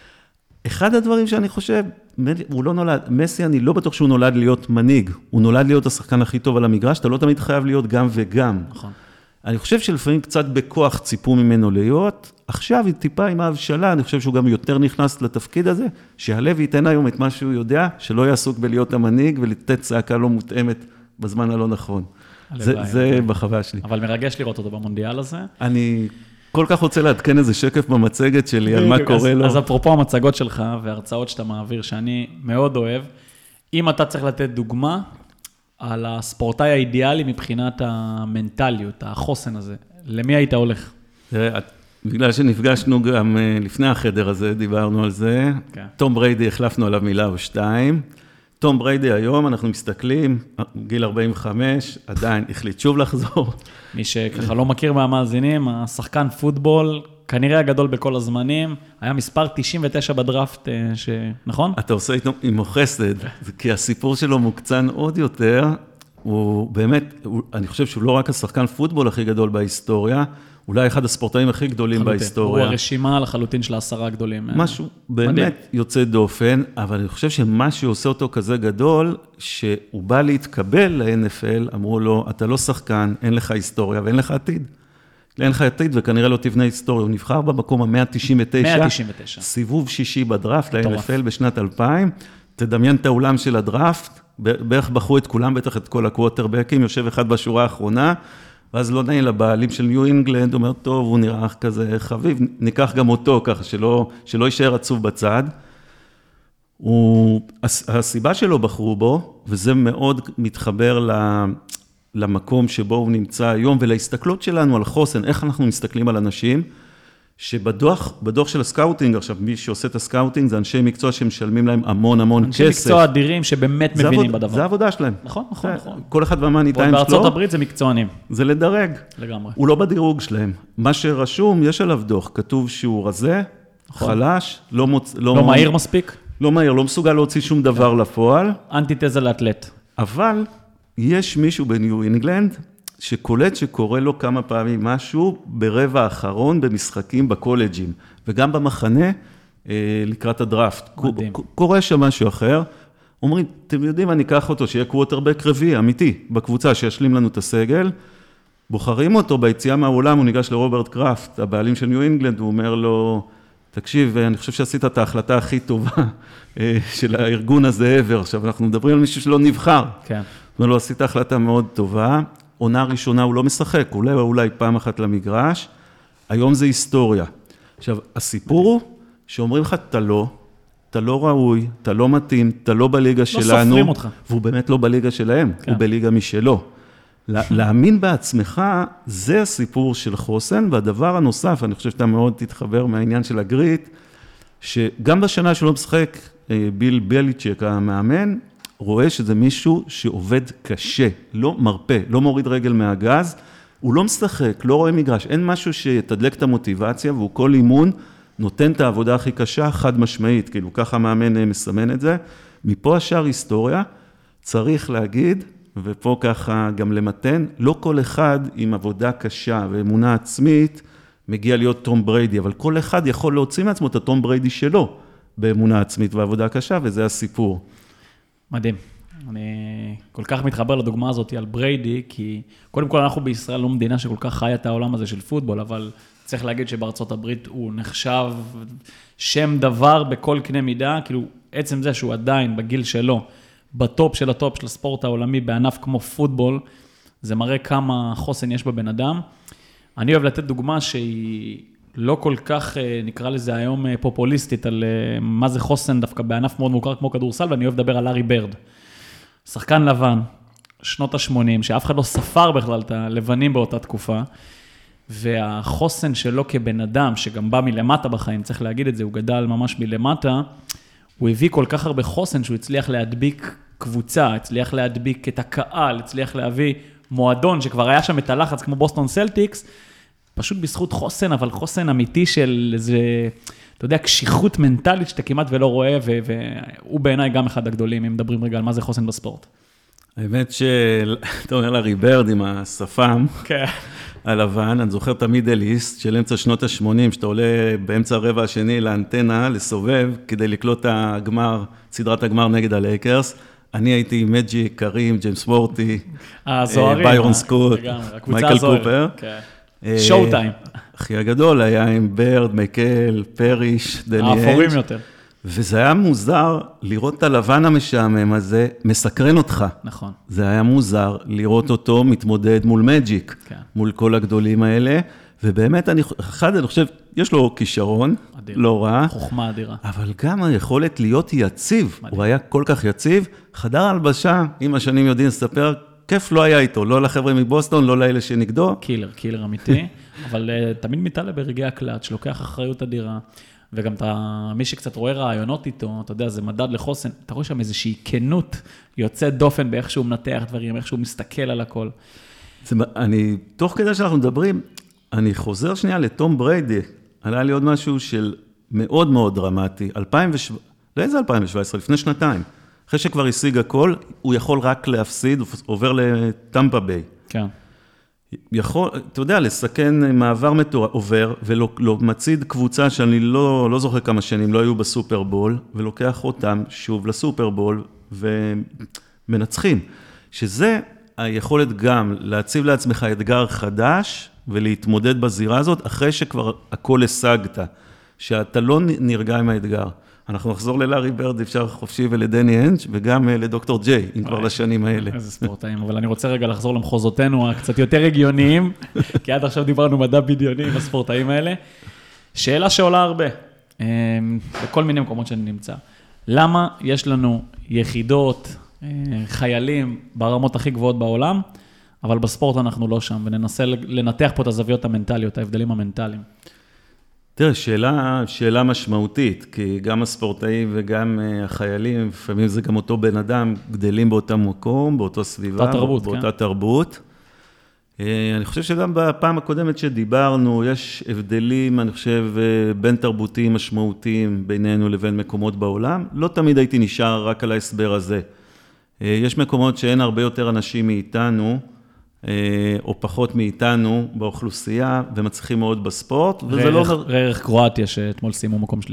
אחד הדברים שאני חושב, הוא לא נולד, מסי אני לא בטוח שהוא נולד להיות מנהיג, הוא נולד להיות השחקן הכי טוב על המגרש, אתה לא תמיד חייב להיות גם וגם. נכון. אני חושב שלפעמים קצת בכוח ציפו ממנו להיות, עכשיו היא טיפה עם ההבשלה, אני חושב שהוא גם יותר נכנס לתפקיד הזה, שהלב ייתן היום את מה שהוא יודע, שלא יעסוק בלהיות המנהיג ולתת צעקה לא מותאמת בזמן הלא נכון. זה בחוויה שלי. אבל מרגש לראות אותו במונדיאל הזה. אני כל כך רוצה לעדכן איזה שקף במצגת שלי על מה קורה לו. אז אפרופו המצגות שלך וההרצאות שאתה מעביר, שאני מאוד אוהב, אם אתה צריך לתת דוגמה על הספורטאי האידיאלי מבחינת המנטליות, החוסן הזה, למי היית הולך? בגלל שנפגשנו גם לפני החדר הזה, דיברנו על זה. תום בריידי, החלפנו עליו מילה או שתיים. תום בריידי היום, אנחנו מסתכלים, גיל 45, עדיין החליט שוב לחזור. מי שככה לא מכיר מהמאזינים, השחקן פוטבול, כנראה הגדול בכל הזמנים, היה מספר 99 בדראפט, נכון? אתה עושה איתו עם חסד, כי הסיפור שלו מוקצן עוד יותר, הוא באמת, אני חושב שהוא לא רק השחקן פוטבול הכי גדול בהיסטוריה, אולי אחד הספורטאים הכי גדולים בהיסטוריה. הוא הרשימה לחלוטין של 10 הגדולים. משהו באמת יוצא דופן, אבל אני חושב שמה שעושה אותו כזה גדול, שהוא בא להתקבל ל-NFL, אמרו לו, אתה לא שחקן, אין לך היסטוריה ואין לך עתיד. אין לך עתיד וכנראה לא תבנה היסטוריה. הוא נבחר במקום ה-199, סיבוב שישי בדראפט ל-NFL בשנת 2000. תדמיין את האולם של הדראפט, בערך בחרו את כולם, בטח את כל הקווטרבקים, יושב אחד בשורה האחרונה, ואז לא נעים לבעלים של ניו אינגלנד, אומר, טוב, הוא נראה כזה חביב, ניקח גם אותו ככה, שלא יישאר עצוב בצד. הסיבה שלו בחרו בו, וזה מאוד מתחבר למקום שבו הוא נמצא היום, ולהסתכלות שלנו על חוסן, איך אנחנו מסתכלים על אנשים, שבדוח של הסקאוטינג, עכשיו מי שעושה את הסקאוטינג, זה אנשי מקצוע שמשלמים להם המון כסף. אנשי מקצוע אדירים שבאמת מבינים בדבר. זה העבודה שלהם. נכון. כל אחד והמאני טיים שלו. בארצות הברית זה מקצוענים. זה לדרג. לגמרי. הוא לא בדירוג שלהם. מה שרשום, יש עליו דוח, כתוב שהוא רזה, חלש, לא מהיר מספיק. לא מהיר, לא מסוגל להוציא שום דבר לפועל. אנטיתזה לאתלט. אבל יש מישהו בניו אינגלנד, שקולט שקורא לו כמה פעמים משהו ברבע האחרון במשחקים בקולג'ים, וגם במחנה לקראת הדראפט. קורא שם משהו אחר, אומרים, אתם יודעים, אני אקח אותו, שיהיה קווטרבק רביעי, אמיתי, בקבוצה שישלים לנו את הסגל, בוחרים אותו ביציאה מהעולם, הוא ניגש לרוברט קראפט, הבעלים של ניו אינגלנד, הוא אומר לו, תקשיב, אני חושב שעשית את ההחלטה הכי טובה של הארגון הזה ever, עכשיו אנחנו מדברים על מישהו שלא נבחר. כן. הוא אומר לו, עשית החלטה מאוד טובה, עונה ראשונה הוא לא משחק, אולי פעם אחת למגרש, היום זה היסטוריה. עכשיו, הסיפור הוא שאומרים לך, אתה לא ראוי, אתה לא מתאים, אתה לא בליגה שלנו. לא סופרים אותך. והוא באמת לא בליגה שלהם, כן. הוא בליגה משלו. להאמין בעצמך, זה הסיפור של חוסן, והדבר הנוסף, אני חושב שאתה מאוד תתחבר מהעניין של הגריט, שגם בשנה שלא משחק, ביל בליצ'ק המאמן, רואה שזה מישהו שעובד קשה, לא מרפא, לא מוריד רגל מהגז, הוא לא משחק, לא רואה מגרש, אין משהו שיתדלק את המוטיבציה, והוא כל אימון נותן את העבודה הכי קשה, חד משמעית, כאילו ככה המאמן מסמן את זה, מפה השאר היסטוריה, צריך להגיד, ופה ככה גם למתן, לא כל אחד עם עבודה קשה ואמונה עצמית מגיע להיות תום בריידי, אבל כל אחד יכול להוציא מעצמו את התום בריידי שלו באמונה עצמית ועבודה קשה, וזה הסיפור. מדהים. אני כל כך מתחבר לדוגמה הזאת על בריידי, כי קודם כל אנחנו בישראל לא מדינה שכל כך חיה את העולם הזה של פוטבול, אבל צריך להגיד שבארצות הברית הוא נחשב שם דבר בכל קנה מידה, כאילו עצם זה שהוא עדיין בגיל שלו, בטופ של הטופ של הספורט העולמי בענף כמו פוטבול, זה מראה כמה חוסן יש בבן אדם. אני אוהב לתת דוגמה שהיא לא כל כך, נקרא לזה היום פופוליסטית, על מה זה חוסן דווקא בענף מאוד מוכר כמו כדורסל, ואני אוהב לדבר על לארי ברד. שחקן לבן, שנות ה-80, שאף אחד לא ספר בכלל את הלבנים באותה תקופה, והחוסן שלו כבן אדם, שגם בא מלמטה בחיים, צריך להגיד את זה, הוא גדל ממש מלמטה, הוא הביא כל כך הרבה חוסן שהוא הצליח להדביק קבוצה, הצליח להדביק את הקהל, הצליח להביא מועדון שכבר היה שם את הלחץ כמו בוסטון סלטיקס, פשוט בזכות חוסן, אבל חוסן אמיתי של איזה, אתה יודע, קשיחות מנטלית שאתה כמעט ולא רואה, והוא בעיניי גם אחד הגדולים, אם מדברים רגע על מה זה חוסן בספורט. האמת שאתה אומר לארי ברד עם השפם, הלבן, אני זוכר את המידל איסט של אמצע שנות ה-80, שאתה עולה באמצע הרבע השני לאנטנה, לסובב, כדי לקלוט הגמר, סדרת הגמר נגד הלייקרס. אני הייתי עם מג'י, קרים, ג'יימס וורטי, ביירון סקוט, מייקל קופר. שואו טיים. הכי הגדול היה עם ברד, מייקל, פריש, דני אייג'. האפורים יותר. וזה היה מוזר לראות את הלבן המשעמם הזה, מסקרן אותך. נכון. זה היה מוזר לראות אותו מתמודד מול מג'יק, כן. מול כל הגדולים האלה, ובאמת, אני חושב, יש לו כישרון, אדיר. לא רע. חוכמה אדירה. אבל גם היכולת להיות יציב, מדהים. הוא היה כל כך יציב, חדר הלבשה, אם השנים יודעים לספר, כיף לא היה איתו, לא לחבר'ה מבוסטון, לא לאלה שנגדו. קילר אמיתי, אבל תמיד מתעלה ברגעי הקלט, שלוקח אחריות אדירה, וגם מי שקצת רואה רעיונות איתו, אתה יודע, זה מדד לחוסן, אתה רואה שם איזושהי כנות יוצאת דופן באיך שהוא מנתח דברים, איך שהוא מסתכל על הכל. תוך כדי שאנחנו מדברים, אני חוזר שנייה לתום בריידי, עלה לי עוד משהו של מאוד מאוד דרמטי, 2017, לפני שנתיים, אחרי שכבר השיג הכל, הוא יכול רק להפסיד, עובר לטמפה ביי. כן. יכול, אתה יודע, לסכן מעבר מטורף, עובר, ולא מציד קבוצה שאני לא זוכר כמה שנים, לא היו בסופרבול, ולוקח אותם שוב לסופרבול, ומנצחים. שזה היכולת גם להציב לעצמך אתגר חדש, ולהתמודד בזירה הזאת, אחרי שכבר הכל השגת, שאתה לא נרגע עם האתגר. אנחנו נחזור ללארי ברד, אפשר חופשי ולדני אינץ', וגם לדוקטור ג'יי, אם כבר לשנים האלה. איזה ספורטאים, אבל אני רוצה רגע לחזור למחוזותינו הקצת יותר הגיוניים, כי עד עכשיו דיברנו מדע בדיוני עם הספורטאים האלה. שאלה שעולה הרבה, בכל מיני מקומות שאני נמצא. למה יש לנו יחידות, חיילים ברמות הכי גבוהות בעולם, אבל בספורט אנחנו לא שם, וננסה לנתח פה את הזוויות המנטליות, ההבדלים המנטליים. תראה, שאלה משמעותית, כי גם הספורטאים וגם החיילים, לפעמים זה גם אותו בן אדם, גדלים באותה מקום, באותה סביבה, באותה תרבות. אני חושב שגם בפעם הקודמת שדיברנו, יש הבדלים, אני חושב, בין תרבותיים משמעותיים בינינו לבין מקומות בעולם. לא תמיד הייתי נשאר רק על ההסבר הזה. יש מקומות שאין הרבה יותר אנשים מאיתנו, או פחות מאיתנו באוכלוסייה, ומצליחים מאוד בספורט, וזה לא... רערך קרואטיה שאתמול סיימו מקום שלישי.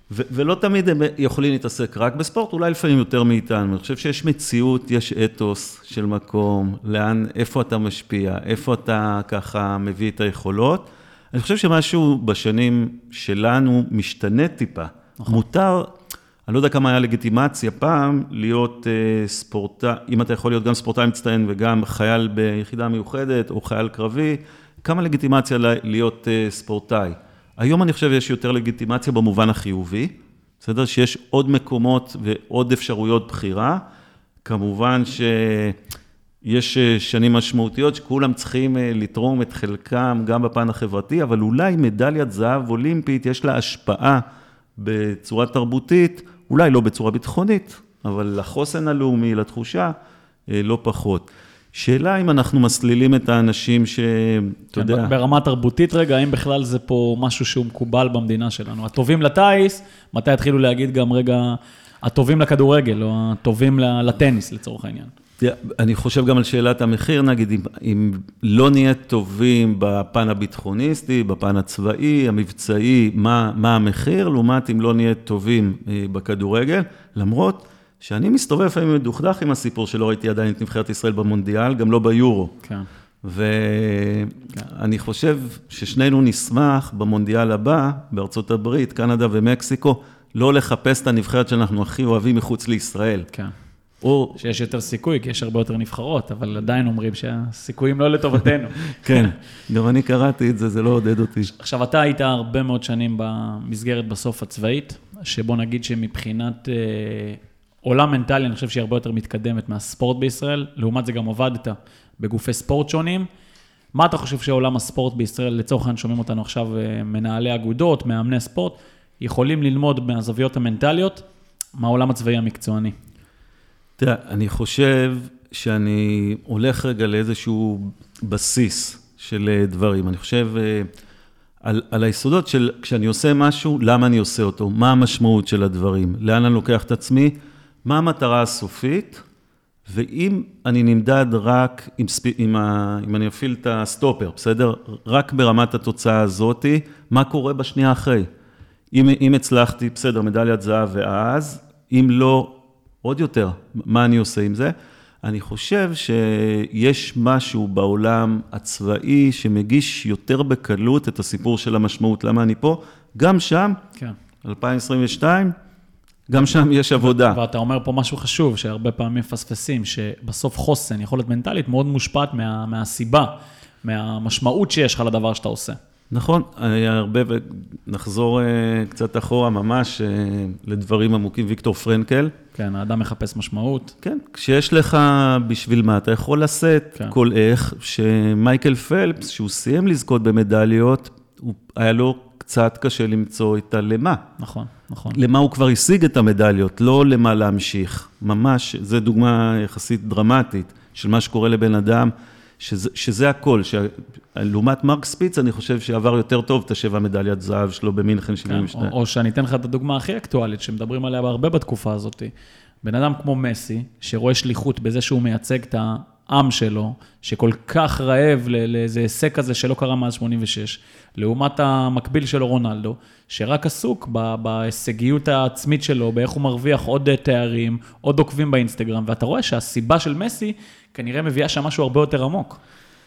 ולא תמיד הם יכולים להתעסק רק בספורט, אולי לפעמים יותר מאיתנו. אני חושב שיש מציאות, יש אתוס של מקום, איפה אתה משפיע, איפה אתה ככה מביא את היכולות. אני חושב שמשהו בשנים שלנו משתנה טיפה. נכון. מותר, אני לא יודע כמה היה לגיטימציה פעם, להיות ספורטאי, אם אתה יכול להיות גם ספורטאי מצטיין וגם חייל ביחידה מיוחדת או חייל קרבי, כמה לגיטימציה להיות ספורטאי. היום אני חושב שיש יותר לגיטימציה במובן החיובי, בסדר? שיש עוד מקומות ועוד אפשרויות בחירה. כמובן שיש שנים משמעותיות שכולם צריכים לתרום את חלקם גם בפן החברתי, אבל אולי מדליית זהב אולימפית יש לה השפעה בצורה תרבותית, אולי לא בצורה ביטחונית, אבל לחוסן הלאומי, לתחושה, לא פחות. שאלה אם אנחנו מסלילים את האנשים אתה יודע... ברמה תרבותית רגע, האם בכלל זה פה משהו שהוא מקובל במדינה שלנו? הטובים לטייס, מתי התחילו להגיד גם רגע, הטובים לכדורגל, או הטובים לטניס לצורך העניין? אני חושב גם על שאלת המחיר, נגיד, אם לא נהיה טובים בפן הביטחוניסטי, בפן הצבאי, המבצעי, מה המחיר, לעומת אם לא נהיה טובים בכדורגל, למרות... שאני מסתובב לפעמים מדוכדך עם הסיפור שלא ראיתי עדיין את נבחרת ישראל במונדיאל, גם לא ביורו. כן. ואני חושב ששנינו נשמח במונדיאל הבא, בארצות הברית, קנדה ומקסיקו, לא לחפש את הנבחרת שאנחנו הכי אוהבים מחוץ לישראל. כן. שיש יותר סיכוי, כי יש הרבה יותר נבחרות, אבל עדיין אומרים שהסיכויים לא לטובתנו. כן, גם אני קראתי את זה, זה לא עודד אותי. עכשיו, אתה היית הרבה מאוד שנים במסגרת בסוף הצבאית, שבוא נגיד שמבחינת... עולם מנטלי, אני חושב שהיא הרבה יותר מתקדמת מהספורט בישראל, לעומת זה גם עבדת בגופי ספורט שונים. מה אתה חושב שעולם הספורט בישראל, לצורך העניין שומעים אותנו עכשיו מנהלי אגודות, מאמני ספורט, יכולים ללמוד מהזוויות המנטליות, מהעולם הצבאי המקצועני? תראה, אני חושב שאני הולך רגע לאיזשהו בסיס של דברים. אני חושב על היסודות של כשאני עושה משהו, למה אני עושה אותו? מה המשמעות של הדברים? לאן אני לוקח את עצמי? מה המטרה הסופית, ואם אני נמדד רק, אם אני אפעיל את הסטופר, בסדר? רק ברמת התוצאה הזאת, מה קורה בשנייה אחרי? אם הצלחתי, בסדר, מדליית זהב ואז, אם לא, עוד יותר, מה אני עושה עם זה? אני חושב שיש משהו בעולם הצבאי שמגיש יותר בקלות את הסיפור של המשמעות, למה אני פה? גם שם, כן. 2022, גם שם יש עבודה. ואתה אומר פה משהו חשוב, שהרבה פעמים מפספסים, שבסוף חוסן, יכולת מנטלית, מאוד מושפעת מהסיבה, מהמשמעות שיש לך לדבר שאתה עושה. נכון, הרבה, ונחזור קצת אחורה ממש לדברים עמוקים, ויקטור פרנקל. כן, האדם מחפש משמעות. כן, כשיש לך בשביל מה, אתה יכול לשאת כן. כל איך, שמייקל פלפס, שהוא סיים לזכות במדליות, היה לו קצת קשה למצוא את הלמה. נכון, נכון. למה הוא כבר השיג את המדליות, לא למה להמשיך. ממש, זו דוגמה יחסית דרמטית של מה שקורה לבן אדם, שזה הכל. לעומת מרק ספיץ, אני חושב שעבר יותר טוב את 7 מדליית זהב שלו במינכן 72. או שאני אתן לך את הדוגמה הכי אקטואלית, שמדברים עליה הרבה בתקופה הזאת. בן אדם כמו מסי, שרואה שליחות בזה שהוא מייצג את העם שלו, שכל כך רעב לאיזה הישג כזה שלא קרה מאז 86, לעומת המקביל שלו רונלדו, שרק עסוק בהישגיות העצמית שלו, באיך הוא מרוויח עוד תארים, עוד עוקבים באינסטגרם, ואתה רואה שהסיבה של מסי כנראה מביאה שם משהו הרבה יותר עמוק.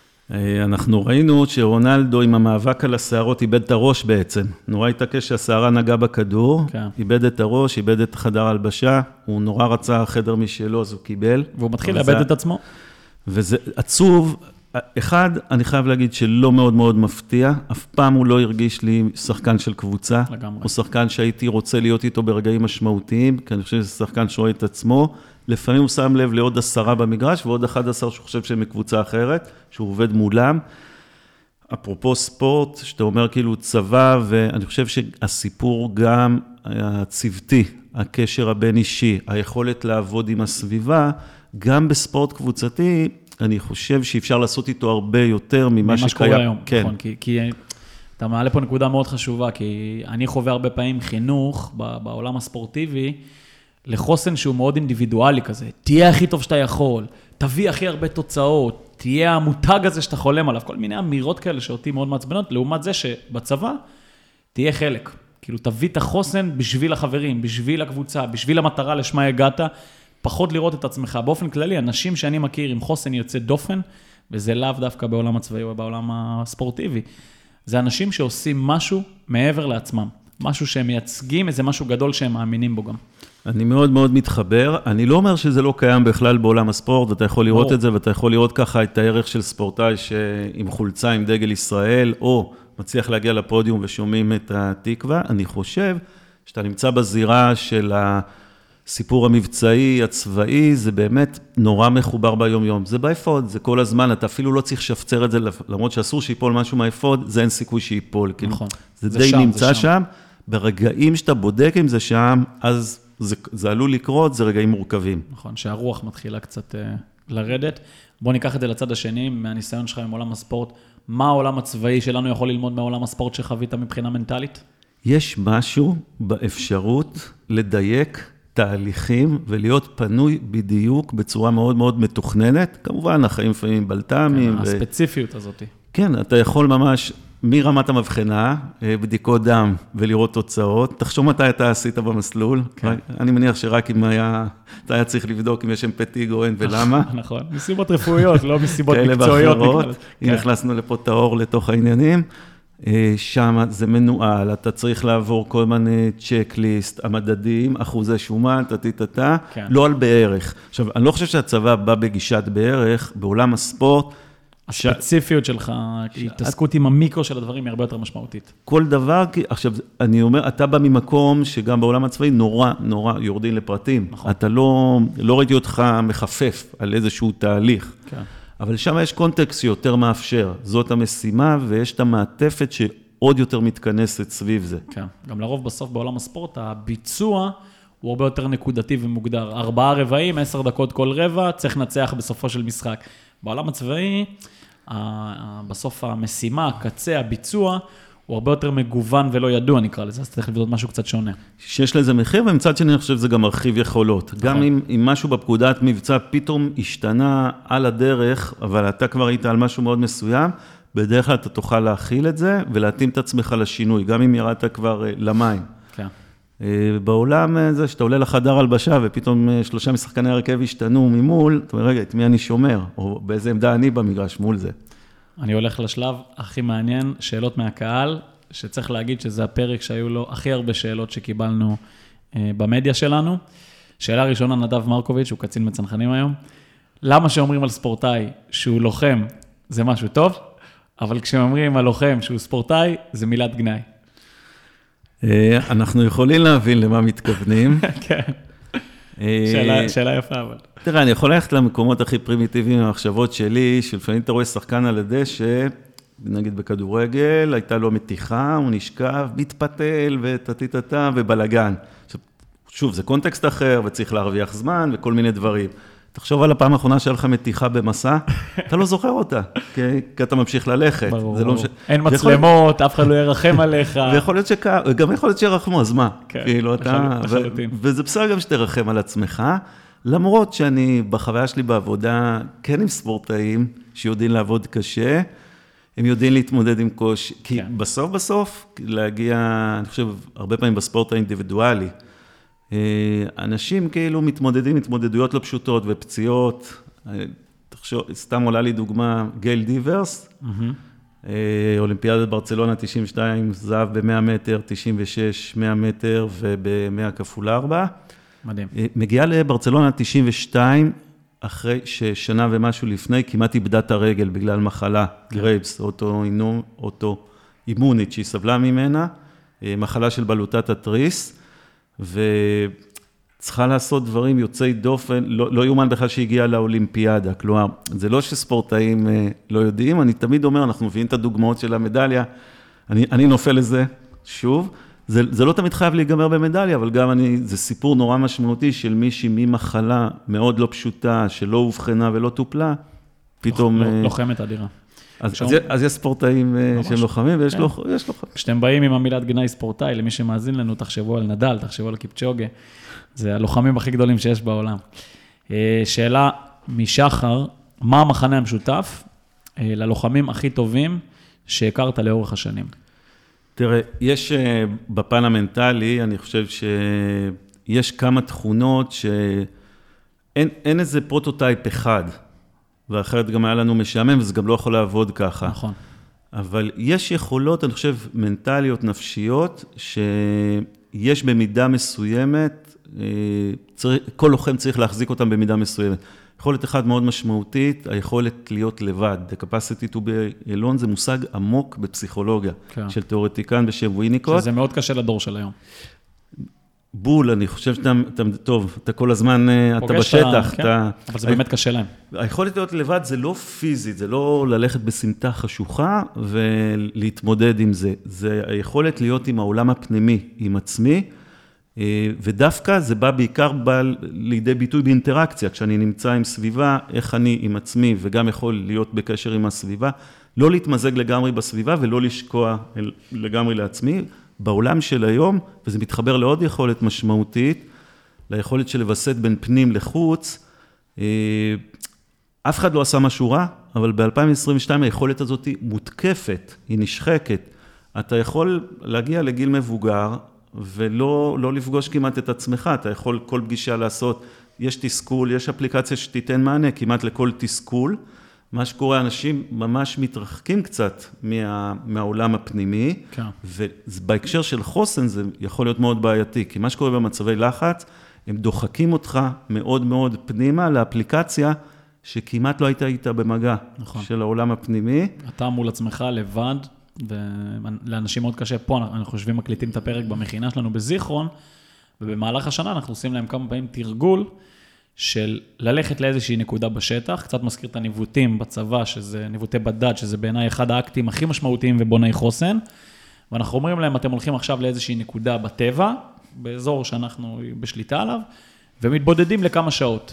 אנחנו ראינו שרונלדו עם המאבק על השערות איבד את הראש בעצם. נורא התעקש שהשערה נגע בכדור, כן. איבד את הראש, איבד את חדר הלבשה, הוא נורא רצה חדר משלו, אז הוא קיבל. והוא מתחיל לאבד את עצמו. וזה עצוב, אחד, אני חייב להגיד שלא מאוד מאוד מפתיע, אף פעם הוא לא הרגיש לי שחקן של קבוצה, לגמרי. הוא שחקן שהייתי רוצה להיות איתו ברגעים משמעותיים, כי אני חושב שזה שחקן שרואה את עצמו, לפעמים הוא שם לב לעוד 10 במגרש, ועוד 11 שהוא חושב שהם מקבוצה אחרת, שהוא עובד מולם. אפרופו ספורט, שאתה אומר כאילו צבא, ואני חושב שהסיפור גם הצוותי, הקשר הבין אישי, היכולת לעבוד עם הסביבה, גם בספורט קבוצתי, אני חושב שאפשר לעשות איתו הרבה יותר ממה שקיים. היום, כן. נכון, כי אתה מעלה פה נקודה מאוד חשובה, כי אני חווה הרבה פעמים חינוך בעולם הספורטיבי, לחוסן שהוא מאוד אינדיבידואלי כזה, תהיה הכי טוב שאתה יכול, תביא הכי הרבה תוצאות, תהיה המותג הזה שאתה חולם עליו, כל מיני אמירות כאלה שאותי מאוד מעצבנות, לעומת זה שבצבא תהיה חלק. כאילו, תביא את החוסן בשביל החברים, בשביל הקבוצה, בשביל המטרה לשמה הגעת, פחות לראות את עצמך. באופן כללי, אנשים שאני מכיר עם חוסן יוצא דופן, וזה לאו דווקא בעולם הצבאי או בעולם הספורטיבי, זה אנשים שעושים משהו מעבר לעצמם, משהו שהם מייצגים, איזה משהו גדול שהם מאמינים בו גם. אני מאוד מאוד מתחבר, אני לא אומר שזה לא קיים בכלל בעולם הספורט, ואתה יכול לראות את זה, ואתה יכול לראות ככה את הערך של ספורטאי עם חולצה עם דגל ישראל, או מצליח להגיע לפודיום ושומעים את התקווה. אני חושב שאתה נמצא בזירה של הסיפור המבצעי, הצבאי, זה באמת נורא מחובר ביום יום. זה באפוד, זה כל הזמן, אתה אפילו לא צריך שפצר את זה, למרות שאסור שיפול משהו מהאפוד, זה אין סיכוי שיפול. נכון. זה די נמצא שם. ברגעים שאתה בודק אם זה שם, אז זה עלול לקרות, זה רגעים מורכבים. נכון, שהרוח מתחילה קצת לרדת. בוא ניקח את זה לצד השני, מהניסיון שלך עם עולם הספורט. מה העולם הצבאי שלנו יכול ללמוד מעולם הספורט שחווית מבחינה מנטלית? יש משהו באפשרות לדייק תהליכים ולהיות פנוי בדיוק בצורה מאוד מאוד מתוכננת. כמובן, החיים לפעמים בלת"מים. הספציפיות הזאת. כן, אתה יכול ממש מרמת המבחנה, בדיקות דם ולראות תוצאות. תחשוב מתי אתה עשית במסלול. אני מניח שרק אם אתה היה צריך לבדוק אם יש שם פטיג או אין ולמה. נכון, מסיבות רפואיות, לא מסיבות מקצועיות. אם הכנסנו לפה את האור לתוך העניינים, שם זה מנועל, אתה צריך לעבור כל מיני צ'קליסט, המדדים, אחוזי שומן, תתתה, לא על בערך. עכשיו, אני לא חושב שהצבא בא בגישת בערך, בעולם הספורט, הספציפיות שלך, התעסקות עם המיקרו של הדברים היא הרבה יותר משמעותית. כל דבר, עכשיו, אני אומר, אתה בא ממקום שגם בעולם הצבאי נורא יורדים לפרטים. אתה לא ראיתי אותך מחפף על איזשהו תהליך. כן. אבל שם יש קונטקסט שיותר מאפשר. זאת המשימה, ויש את המעטפת שעוד יותר מתכנסת סביב זה. כן. גם לרוב בסוף בעולם הספורט, הביצוע הוא הרבה יותר נקודתי ומוגדר. 4 רבעים, 10 דקות כל רבע, צריך לנצח בסופו של משחק. בעולם הצבאי, בסוף המשימה, הקצה, הביצוע, הוא הרבה יותר מגוון ולא ידוע, נקרא לזה, אז צריך לבדוק משהו קצת שונה. שיש לזה מחיר, ומצד שני אני חושב שזה גם מרחיב יכולות. גם אם משהו בפקודת מבצע פתאום השתנה על הדרך, אבל אתה כבר היית על משהו מאוד מסוים, בדרך כלל אתה תוכל להכיל את זה, ולהתאים את עצמך לשינוי, גם אם ירדת כבר למים. כן. בעולם זה שאתה עולה לחדר הלבשה, ופתאום 3 משחקני הרכב השתנו ממול, אתה אומר, רגע, את מי אני שומר? או באיזה עמדה אני במגרש מול זה? אני הולך לשלב הכי מעניין, שאלות מהקהל, שצריך להגיד שזה הפרק שהיו לו הכי הרבה שאלות שקיבלנו במדיה שלנו. שאלה ראשונה, נדב מרקוביץ', הוא קצין בצנחנים היום. למה שאומרים על ספורטאי שהוא לוחם, זה משהו טוב, אבל כשאומרים על לוחם שהוא ספורטאי, זה מילת גנאי. אנחנו יכולים להבין למה מתכוונים. כן. שאלה יפה, אבל. תראה, אני יכול ללכת למקומות הכי פרימיטיביים, המחשבות שלי, שלפעמים אתה רואה שחקן על הדשא, נגיד בכדורגל, הייתה לו מתיחה, הוא נשכב, מתפתל ותתתה ובלגן. שוב, זה קונטקסט אחר, וצריך להרוויח זמן וכל מיני דברים. תחשוב על הפעם האחרונה שהיה לך מתיחה במסע, אתה לא זוכר אותה, כי אתה ממשיך ללכת. ברור, אין מצלמות, אף אחד לא ירחם עליך. וגם יכול להיות שירחמו, אז מה? כן, לחלוטין. וזה בסדר גם שתרחם על עצמך, למרות שאני בחוויה שלי בעבודה, כן עם ספורטאים, שיודעים לעבוד קשה, הם יודעים להתמודד עם קושי, כי בסוף, להגיע, אני חושב, הרבה פעמים בספורט האינדיבידואלי, אנשים כאילו מתמודדים התמודדויות לא פשוטות ופציעות, סתם עולה לי דוגמה, גייל דיברס, אולימפיאדת ברצלונה 92, זהב ב-100 מטר, 96, 100 מטר וב-100 כפול 4. מדהים. מגיעה לברצלונה 92, אחרי ששנה ומשהו לפני, כמעט איבדה את הרגל בגלל מחלה, גרייבס, אוטואימונית שהיא סבלה ממנה, מחלה של בלוטת התריס, וצריכה לעשות דברים יוצאי דופן, לא יומן בכלל שהגיעה לאולימפיאדה, כלומר, זה לא שספורטאים לא יודעים, אני תמיד אומר, אנחנו מביאים את הדוגמאות של המדליה, אני נופל לזה, שוב, זה לא תמיד חייב להיגמר במדליה, אבל גם זה סיפור נורא משמעותי של מישהי ממחלה מאוד לא פשוטה, שלא הובחנה ולא טופלה, פתאום... לוחמת אדירה. אז יש ספורטאים שהם לוחמים, ויש לוחמים. כשאתם באים עם המילת גנאי ספורטאי, למי שמאזין לנו, תחשבו על נדל, תחשבו על קיפצ'וגה, זה הלוחמים הכי גדולים שיש בעולם. שאלה משחר, מה המחנה המשותף ללוחמים הכי טובים שהכרת לאורך השנים? תראה, יש בפן המנטלי, אני חושב שיש כמה תכונות שאין איזה פרוטוטייפ אחד, ואחרת גם היה לנו משעמם, וזה גם לא יכול לעבוד ככה. נכון. אבל יש יכולות, אני חושב, מנטליות, נפשיות, שיש במידה מסוימת, כל לוחם צריך להחזיק אותם במידה מסוימת. יכולת אחת מאוד משמעותית, היכולת להיות לבד. The capacity to be alone זה מושג עמוק בפסיכולוגיה, כן. של תיאורטיקן בשם ויניקוט. שזה מאוד קשה לדור של היום. בול, אני חושב שאתה, טוב, אתה כל הזמן, אתה בשטח. כן, אבל זה באמת קשה להם. היכולת להיות לבד זה לא פיזית, זה לא ללכת בסמטה חשוכה ולהתמודד עם זה. זה היכולת להיות עם העולם הפנימי, עם עצמי, ודווקא זה בעיקר בא לידי ביטוי באינטראקציה, כשאני נמצא עם סביבה, איך אני עם עצמי וגם יכול להיות בקשר עם הסביבה, לא להתמזג לגמרי בסביבה ולא לשקוע לגמרי לעצמי, בעולם של היום, וזה מתחבר לעוד יכולת משמעותית, ליכולת של לבסט בין פנים לחוץ, אף אחד לא עשה משהו רע, אבל ב-2022 היכולת הזאת היא מותקפת, היא נשחקת. אתה יכול להגיע לגיל מבוגר, ולא לפגוש כמעט את עצמך, אתה יכול כל פגישה לעשות, יש תסכול, יש אפליקציה שתיתן מענה כמעט לכל תסכול, מה שקורה, אנשים ממש מתרחקים קצת מהעולם הפנימי, כן. ובהקשר של חוסן זה יכול להיות מאוד בעייתי, כי מה שקורה במצבי לחץ, הם דוחקים אותך מאוד מאוד פנימה לאפליקציה, שכמעט לא היית איתה במגע, נכון. של העולם הפנימי. אתה מול עצמך לבד, ולאנשים מאוד קשה, פה אנחנו חושבים מקליטים את הפרק במכינה שלנו בזיכרון, ובמהלך השנה אנחנו עושים להם כמה פעמים תרגול, של ללכת לאיזושהי נקודה בשטח, קצת מזכיר את הניווטים בצבא, שזה ניווטי בדד, שזה בעיניי אחד האקטים הכי משמעותיים ובוני חוסן, ואנחנו אומרים להם, אתם הולכים עכשיו לאיזושהי נקודה בטבע, באזור שאנחנו בשליטה עליו, ומתבודדים לכמה שעות.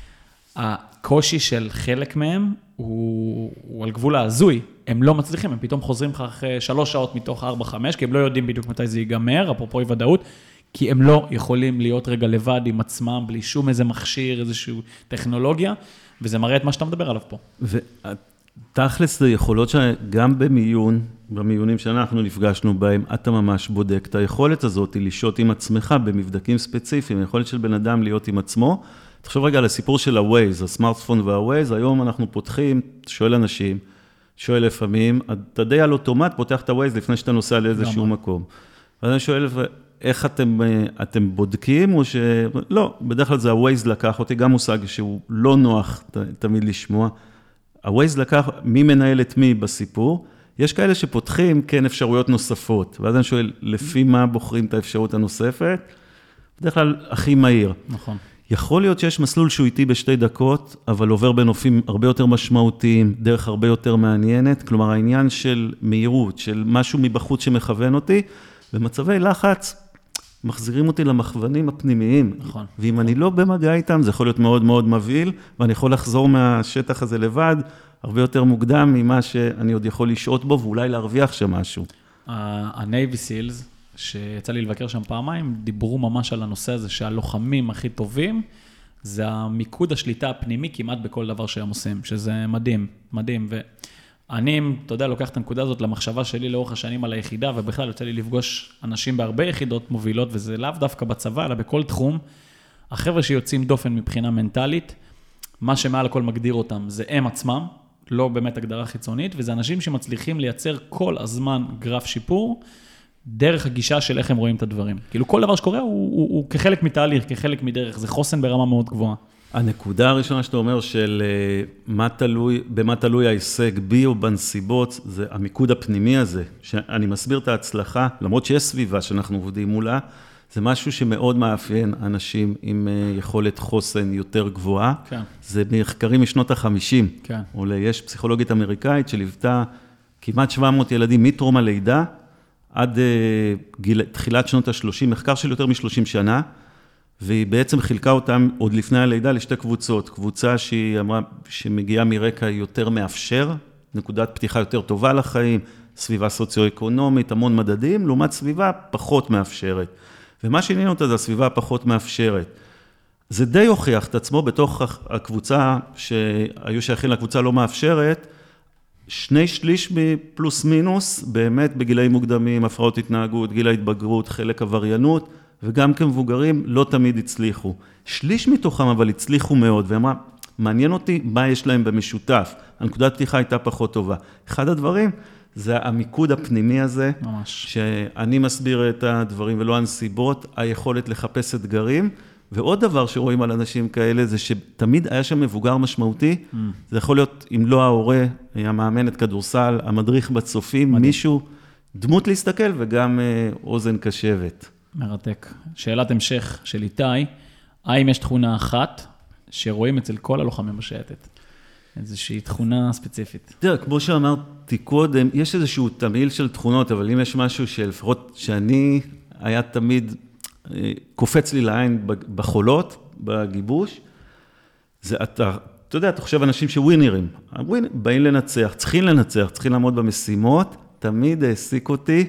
הקושי של חלק מהם הוא על גבול ההזוי, הם לא מצליחים, הם פתאום חוזרים אחרי 3 שעות מתוך 4-5, כי הם לא יודעים בדיוק מתי זה ייגמר, אפרופו אי ודאות, כי הם לא יכולים להיות רגע לבד עם עצמם, בלי שום איזה מכשיר, איזושהי טכנולוגיה, וזה מראה את מה שאתה מדבר עליו פה. ותכלס זה יכולות שגם במיונים שאנחנו נפגשנו בהם, אתה ממש בודק את היכולת הזאת, לשהות עם עצמך במבדקים ספציפיים, היכולת של בן אדם להיות עם עצמו. תחשוב רגע על הסיפור של הווייז, הסמארטפון והווייז, היום אנחנו פותחים, שואל אנשים, שואל לפעמים, אתה די על אוטומט פותח את הווייז לפני שאתה נוסע לאיזשהו מקום. אז אני שואל, איך אתם בודקים, או לא, בדרך כלל זה הווייז לקח אותי, גם מושג שהוא לא נוח תמיד לשמוע. הווייז לקח מי מנהל את מי בסיפור, יש כאלה שפותחים כן אפשרויות נוספות, ואז אני שואל, לפי מה בוחרים את האפשרות הנוספת? בדרך כלל הכי מהיר. נכון. יכול להיות שיש מסלול שהוא איתי ב2 דקות, אבל עובר בנופים הרבה יותר משמעותיים, דרך הרבה יותר מעניינת, כלומר העניין של מהירות, של משהו מבחוץ שמכוון אותי, במצבי לחץ, מחזירים אותי למכוונים הפנימיים. נכון. ואם אני לא במגע איתם, זה יכול להיות מאוד מאוד מבהיל, ואני יכול לחזור מהשטח הזה לבד, הרבה יותר מוקדם ממה שאני עוד יכול לשעות בו, ואולי להרוויח שם משהו. ה-Navy Seals, שיצא לי לבקר שם פעמיים, דיברו ממש על הנושא הזה, שהלוחמים הכי טובים, זה המיקוד השליטה הפנימי כמעט בכל דבר שהם עושים, שזה מדהים, מדהים. אני, אתה יודע, לוקח את הנקודה הזאת למחשבה שלי לאורך השנים על היחידה, ובכלל יוצא לי לפגוש אנשים בהרבה יחידות מובילות, וזה לאו דווקא בצבא, אלא בכל תחום. החבר'ה שיוצאים דופן מבחינה מנטלית, מה שמעל הכל מגדיר אותם זה הם עצמם, לא באמת הגדרה חיצונית, וזה אנשים שמצליחים לייצר כל הזמן גרף שיפור, דרך הגישה של איך הם רואים את הדברים. כאילו כל דבר שקורה הוא כחלק מתהליך, כחלק מדרך, זה חוסן ברמה מאוד גבוהה. הנקודה הראשונה שאתה אומר של במה תלוי ההישג בי או בנסיבות, זה המיקוד הפנימי הזה, שאני מסביר את ההצלחה, למרות שיש סביבה שאנחנו עובדים מולה, זה משהו שמאוד מאפיין אנשים עם יכולת חוסן יותר גבוהה. כן. זה מחקרים משנות ה-50. כן. יש פסיכולוגית אמריקאית שליוותה כמעט 700 ילדים מטרום הלידה, עד תחילת שנות ה-30, מחקר של יותר מ-30 שנה, והיא בעצם חילקה אותם עוד לפני הלידה לשתי קבוצות. קבוצה שהיא אמרה שמגיעה מרקע יותר מאפשר, נקודת פתיחה יותר טובה לחיים, סביבה סוציו-אקונומית, המון מדדים, לעומת סביבה פחות מאפשרת. ומה שעניין אותה זה הסביבה הפחות מאפשרת. זה די הוכיח את עצמו בתוך הקבוצה שהיו שייכים לקבוצה לא מאפשרת, 2/3 פלוס מינוס, באמת בגילאים מוקדמים, הפרעות התנהגות, גיל ההתבגרות, חלק עבריינות, וגם כמבוגרים לא תמיד הצליחו. 1/3 מתוכם אבל הצליחו מאוד, ואמרה, מעניין אותי מה יש להם במשותף. הנקודת פתיחה הייתה פחות טובה. אחד הדברים זה המיקוד הפנימי הזה, ממש. שאני מסביר את הדברים ולא הנסיבות, היכולת לחפש אתגרים, ועוד דבר שרואים על אנשים כאלה, זה שתמיד היה שם מבוגר משמעותי, זה יכול להיות, אם לא ההורה, המאמן את כדורסל, המדריך בצופים, מדהים. מישהו, דמות להסתכל וגם אוזן קשבת. מרתק. שאלת המשך של איתי, האם יש תכונה אחת שרואים אצל כל הלוחמים בשייטת? איזושהי תכונה ספציפית. תראה, כמו שאמרתי קודם, יש איזשהו תמהיל של תכונות, אבל אם יש משהו שלפחות שאני היה תמיד קופץ לי לעין בחולות, בגיבוש, זה אתה יודע, אתה חושב אנשים שווינרים, באים לנצח, צריכים לעמוד במשימות, תמיד העסיק אותי,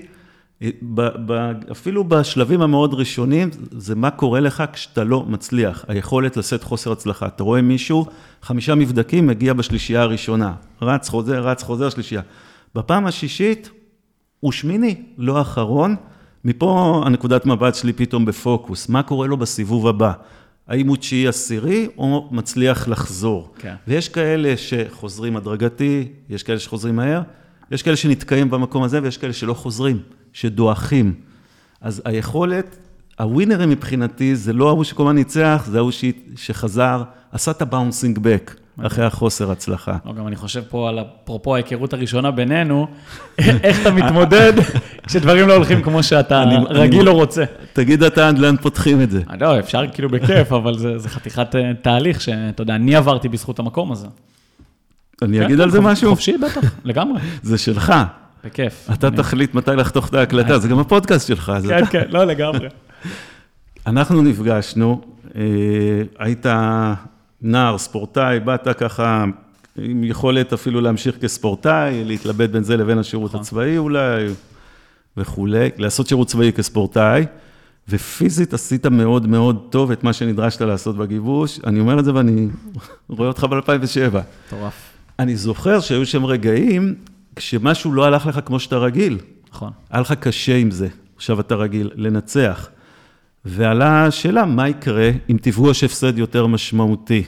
אפילו בשלבים המאוד ראשונים, זה מה קורה לך כשאתה לא מצליח, היכולת לשאת חוסר הצלחה. אתה רואה מישהו, 5 מבדקים, מגיע בשלישייה הראשונה, רץ חוזר שלישייה. בפעם השישית, הוא שמיני, לא האחרון, מפה הנקודת מבט שלי פתאום בפוקוס, מה קורה לו בסיבוב הבא? האם הוא 9, 10 או מצליח לחזור? כן. ויש כאלה שחוזרים הדרגתי, יש כאלה שחוזרים מהר, יש כאלה שנתקיים במקום הזה, ויש כאלה שלא חוזרים, שדואחים. אז היכולת, הווינרים מבחינתי, זה לא ההוא שכל מה ניצח, זה ההוא שחזר, עשה את הבאונסינג בק, אחרי החוסר הצלחה. גם אני חושב פה על אפרופו ההיכרות הראשונה בינינו, איך אתה מתמודד כשדברים לא הולכים כמו שאתה רגיל או רוצה. תגיד אתה, לאן פותחים את זה? לא, אפשר כאילו בכיף, אבל זה חתיכת תהליך שאתה יודע, אני עברתי בזכות המקום הזה. אני אגיד על זה משהו? חופשי, בטח, לגמרי. זה שלך. בכיף. אתה תחליט מתי לחתוך את ההקלטה, זה גם הפודקאסט שלך. כן, כן, לא לגמרי. אנחנו נפגשנו, היית נער, ספורטאי, באת ככה עם יכולת אפילו להמשיך כספורטאי, להתלבט בין זה לבין השירות הצבאי אולי, וכו', לעשות שירות צבאי כספורטאי, ופיזית עשית מאוד מאוד טוב את מה שנדרשת לעשות בגיבוש. אני אומר את זה ואני רואה אותך ב-2007. טורף. אני זוכר שהיו שם רגעים כשמשהו לא הלך לך כמו שאתה רגיל. נכון. היה לך קשה עם זה, עכשיו אתה רגיל לנצח. ועלה השאלה, מה יקרה אם תפגוש הפסד יותר משמעותי?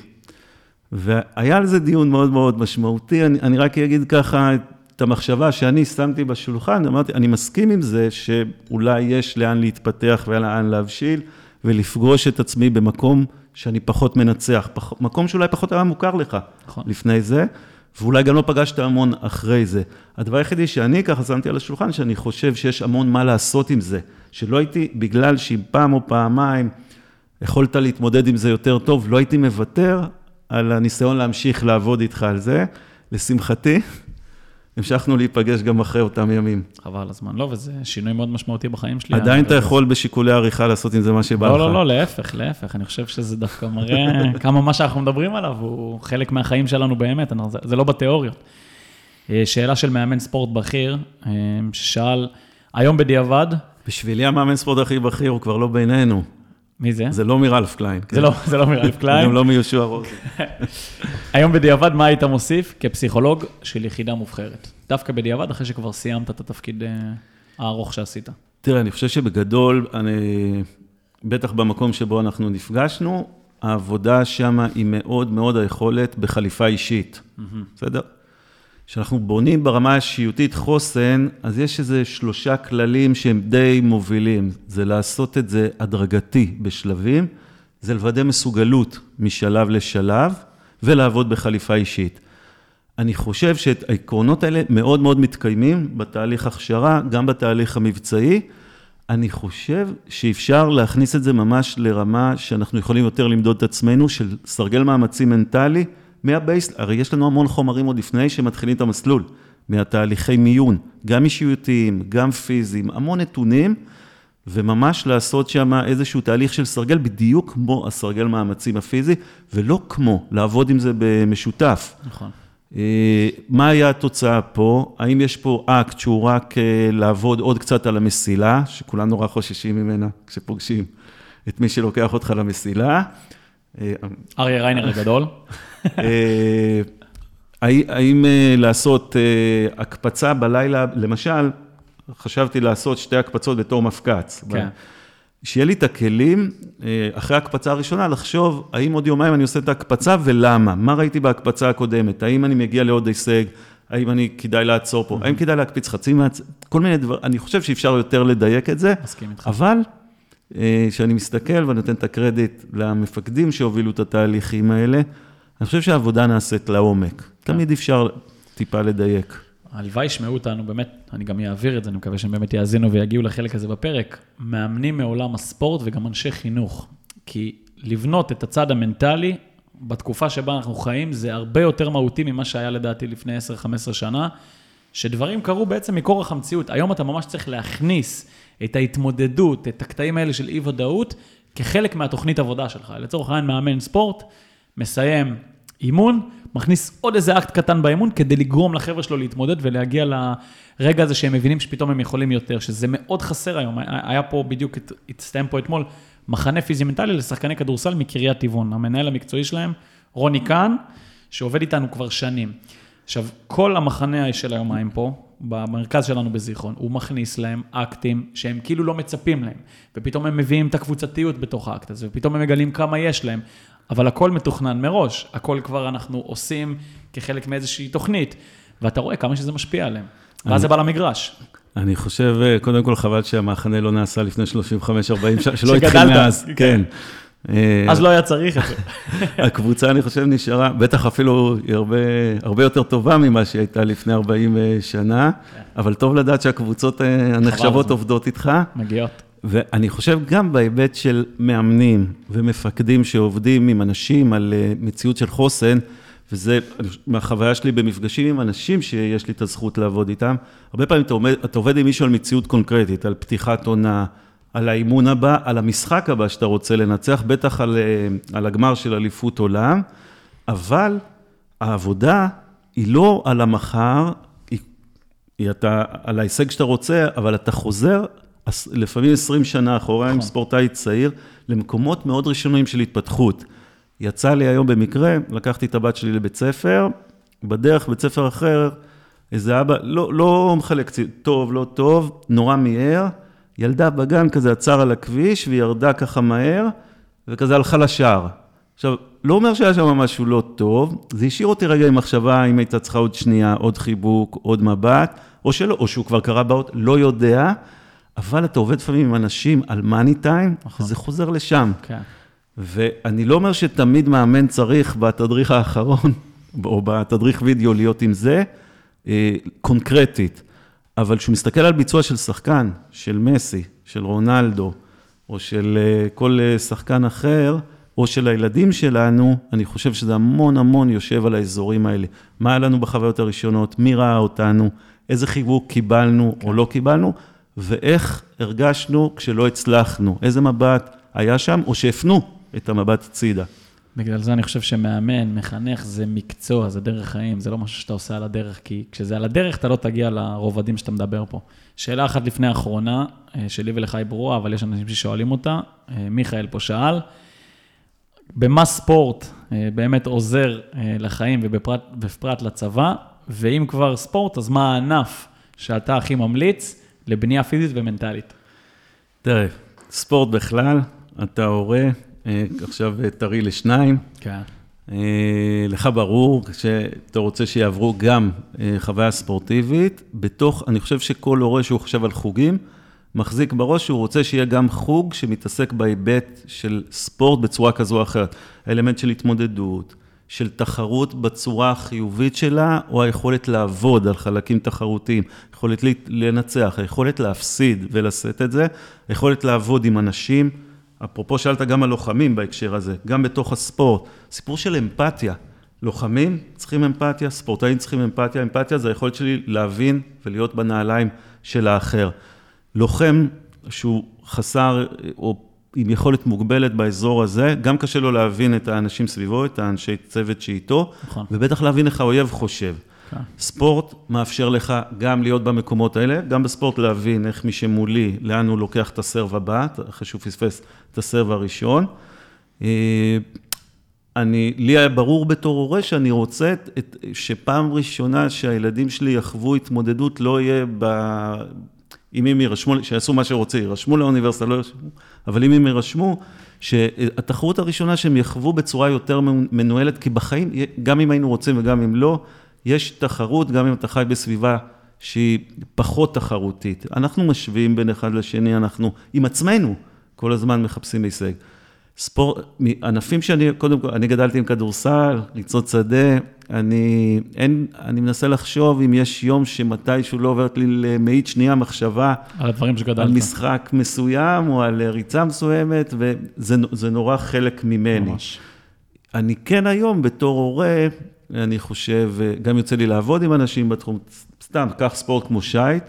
והיה על זה דיון מאוד מאוד משמעותי, אני רק אגיד ככה את המחשבה שאני שמתי בשולחן, אמרתי, אני מסכים עם זה שאולי יש לאן להתפתח ולאן להבשיל, ולפגוש את עצמי במקום שאני פחות מנצח, מקום שאולי פחות היה מוכר לך לפני זה, ואולי גם לא פגשת המון אחרי זה. הדבר היחידי שאני ככה שמתי על השולחן, שאני חושב שיש המון מה לעשות עם זה, שלא הייתי, בגלל שאם פעם או פעמיים יכולת להתמודד עם זה יותר טוב, לא הייתי מוותר על הניסיון להמשיך לעבוד איתך על זה. לשמחתי, המשכנו להיפגש גם אחרי אותם ימים. חבל הזמן, לא, וזה שינוי מאוד משמעותי בחיים שלי. עדיין אתה יכול בשיקולי העריכה לעשות עם זה מה שבא לך. לא, להפך. אני חושב שזה דווקא מראה כמה מה שאנחנו מדברים עליו, הוא חלק מהחיים שלנו באמת, זה לא בתיאוריות. שאלה של מאמן ספורט בכיר, ששאל, היום בדיעבד, בשבילי המאמן ספורט הכי בכיר הוא כבר לא בינינו. מי זה? זה לא מרלף קליין. זה לא מרלף קליין. גם לא מיושע רוזי. היום בדיעבד, מה היית מוסיף כפסיכולוג של יחידה מובחרת? דווקא בדיעבד, אחרי שכבר סיימת את התפקיד הארוך שעשית. תראה, אני חושב שבגדול, בטח במקום שבו אנחנו נפגשנו, העבודה שם היא מאוד מאוד היכולת בחליפה אישית. בסדר? כשאנחנו בונים ברמה השיעותית חוסן, אז יש איזה 3 כללים שהם די מובילים. זה לעשות את זה הדרגתי בשלבים, זה לוודא מסוגלות משלב לשלב, ולעבוד בחליפה אישית. אני חושב שהעקרונות האלה מאוד מאוד מתקיימים בתהליך הכשרה, גם בתהליך המבצעי. אני חושב שאפשר להכניס את זה ממש לרמה שאנחנו יכולים יותר למדוד את עצמנו, של סרגל מאמצים מנטלי, מהבייס, הרי יש לנו המון חומרים עוד לפני שמתחילים את המסלול, מהתהליכי מיון, גם אישיותיים, גם פיזיים, המון נתונים, וממש לעשות שם איזשהו תהליך של סרגל, בדיוק כמו הסרגל מאמצים הפיזי, ולא כמו לעבוד עם זה במשותף. נכון. מה היה התוצאה פה? האם יש פה אקט שהוא רק לעבוד עוד קצת על המסילה, שכולם נורא חוששים ממנה כשפוגשים את מי שלוקח אותך למסילה, אריה ריינר הגדול. האם לעשות הקפצה בלילה, למשל, חשבתי לעשות 2 הקפצות בתור מפקץ. כן. שיהיה לי את הכלים, אחרי ההקפצה הראשונה, לחשוב, האם עוד יומיים אני עושה את ההקפצה ולמה? מה ראיתי בהקפצה הקודמת? האם אני מגיע לעוד הישג? האם אני כדאי לעצור פה? האם כדאי להקפיץ חצי כל מיני דברים, אני חושב שאפשר יותר לדייק את זה, אבל שאני מסתכל ונותן את הקרדיט למפקדים שהובילו את התהליכים האלה, אני חושב שהעבודה נעשית לעומק. תמיד אפשר טיפה לדייק. הלוואי ישמעו אותנו, באמת, אני גם אעביר את זה, אני מקווה שהם באמת יאזינו ויגיעו לחלק הזה בפרק, מאמנים מעולם הספורט וגם אנשי חינוך, כי לבנות את הצד המנטלי, בתקופה שבה אנחנו חיים, זה הרבה יותר מהותי ממה שהיה לדעתי לפני 10-15 שנה, שדברים קרו בעצם מכורח המציאות. היום אתה ממש צריך להכניס את ההתמודדות, את הקטעים האלה של אי-ודאות, כחלק מהתוכנית עבודה שלך. לצורך העניין מאמן ספורט, מסיים אימון, מכניס עוד איזה אקט קטן באימון, כדי לגרום לחבר'ה שלו להתמודד ולהגיע לרגע הזה שהם מבינים שפתאום הם יכולים יותר, שזה מאוד חסר היום. היה פה בדיוק, הצטיים פה אתמול, מחנה פיזי-מנטלי לשחקני כדורסל מקריית טבעון. המנהל המקצועי שלהם, רוני קאן, שעובד איתנו כבר שנים. עכשיו, כל המחנה של היומיים פה, במרכז שלנו בזיכרון, הוא מכניס להם אקטים שהם כאילו לא מצפים להם, ופתאום הם מביאים את הקבוצתיות בתוך האקט הזה, ופתאום הם מגלים כמה יש להם, אבל הכל מתוכנן מראש, הכל כבר אנחנו עושים כחלק מאיזושהי תוכנית, ואתה רואה כמה שזה משפיע עליהם. ואז זה בא למגרש. אני חושב, קודם כל חבל שהמחנה לא נעשה לפני 35-40 שנה, שלא התחיל מאז. כן. אז לא היה צריך את זה. הקבוצה, אני חושב, נשארה, בטח אפילו היא הרבה יותר טובה ממה שהיא הייתה לפני 40 שנה, אבל טוב לדעת שהקבוצות הנחשבות עובדות איתך. מגיעות. ואני חושב גם בהיבט של מאמנים ומפקדים שעובדים עם אנשים על מציאות של חוסן, וזה מהחוויה שלי במפגשים עם אנשים שיש לי את הזכות לעבוד איתם, הרבה פעמים אתה עובד עם מישהו על מציאות קונקרטית, על פתיחת עונה, על האימון הבא, על המשחק הבא שאתה רוצה לנצח, בטח על הגמר של אליפות עולם, אבל העבודה היא לא על המחר, היא על ההישג שאתה רוצה, אבל אתה חוזר לפעמים 20 שנה אחורה עם ספורטאי צעיר, למקומות מאוד ראשוניים של התפתחות. יצא לי היום במקרה, לקחתי את הבת שלי לבית ספר, בדרך בית ספר אחר, איזה אבא, לא מחלק טוב, לא טוב, נורא מהר, ילדה בגן כזה עצר על הכביש, והיא ירדה ככה מהר, וכזה הלכה לשער. עכשיו, לא אומר שהיה שם משהו לא טוב, זה השאיר אותי רגע עם מחשבה, אם הייתה צריכה עוד שנייה, עוד חיבוק, עוד מבט, או שלא, או שהוא כבר קרא באות, לא יודע, אבל אתה עובד לפעמים עם אנשים על מאני טיים, וזה חוזר לשם. כן. ואני לא אומר שתמיד מאמן צריך בתדריך האחרון, או בתדריך וידאו להיות עם זה, קונקרטית. אבל כשהוא מסתכל על ביצוע של שחקן, של מסי, של רונלדו, או של כל שחקן אחר, או של הילדים שלנו, אני חושב שזה המון המון יושב על האזורים האלה. מה היה לנו בחוויות הראשונות, מי ראה אותנו, איזה חיבוק קיבלנו או לא קיבלנו, ואיך הרגשנו כשלא הצלחנו, איזה מבט היה שם, או שהפנו את המבט הצידה. בגלל זה אני חושב שמאמן, מחנך, זה מקצוע, זה דרך חיים, זה לא משהו שאתה עושה על הדרך, כי כשזה על הדרך, אתה לא תגיע לרובדים שאתה מדבר פה. שאלה אחת לפני האחרונה, שלי ולך היא ברורה, אבל יש אנשים ששואלים אותה, מיכאל פה שאל, במה ספורט באמת עוזר לחיים ובפרט לצבא, ואם כבר ספורט, אז מה הענף שאתה הכי ממליץ לבנייה פיזית ומנטלית? תראה, ספורט בכלל, אתה הורה, עכשיו תראי לשניים. כן. לך ברור שאתה רוצה שיעברו גם חוויה ספורטיבית, אני חושב שכל הורה שהוא חושב על חוגים, מחזיק בראש שהוא רוצה שיהיה גם חוג שמתעסק בהיבט של ספורט בצורה כזו או אחרת. האלמנט של התמודדות, של תחרות בצורה החיובית שלה, או היכולת לעבוד על חלקים תחרותיים, היכולת לנצח, היכולת להפסיד ולשאת את זה, היכולת לעבוד עם אנשים, אפרופו שאלת גם על לוחמים בהקשר הזה, גם בתוך הספורט, סיפור של אמפתיה, לוחמים צריכים אמפתיה, ספורטאים צריכים אמפתיה, אמפתיה זה היכולת שלי להבין ולהיות בנעליים של האחר. לוחם שהוא חסר או עם יכולת מוגבלת באזור הזה, גם קשה לו להבין את האנשים סביבו, את האנשי צוות שאיתו, נכון. ובטח להבין איך האויב חושב. כן. ספורט מאפשר לך גם להיות במקומות האלה, גם בספורט להבין איך מי שמולי, לאן הוא לוקח את הסרב הבא, אחרי שהוא פספס את הסרב הראשון. לי היה ברור בתור הורה שאני רוצה שפעם ראשונה שהילדים שלי יחוו התמודדות לא יהיה אם הם ירשמו, שיעשו מה שרוצה, ירשמו לאוניברסיטה, לא ירשמו, אבל אם הם ירשמו, שהתחרות הראשונה שהם יחוו בצורה יותר מנוהלת, כי בחיים, גם אם היינו רוצים וגם אם לא, יש תחרות, גם אם אתה חי בסביבה שהיא פחות תחרותית. אנחנו משווים בין אחד לשני, אנחנו עם עצמנו כל הזמן מחפשים הישג. ספורט, ענפים קודם כל, אני גדלתי עם כדורסל, ריצות שדה, אני מנסה לחשוב אם יש יום שמתישהו לא עוברת לי למאית שנייה מחשבה, על הדברים שגדלת. על משחק מסוים או על ריצה מסוימת, וזה נורא חלק ממני. ממש. אני כן היום בתור הורה, אני חושב, גם יוצא לי לעבוד עם אנשים בתחום, סתם, כך ספורט כמו שייט,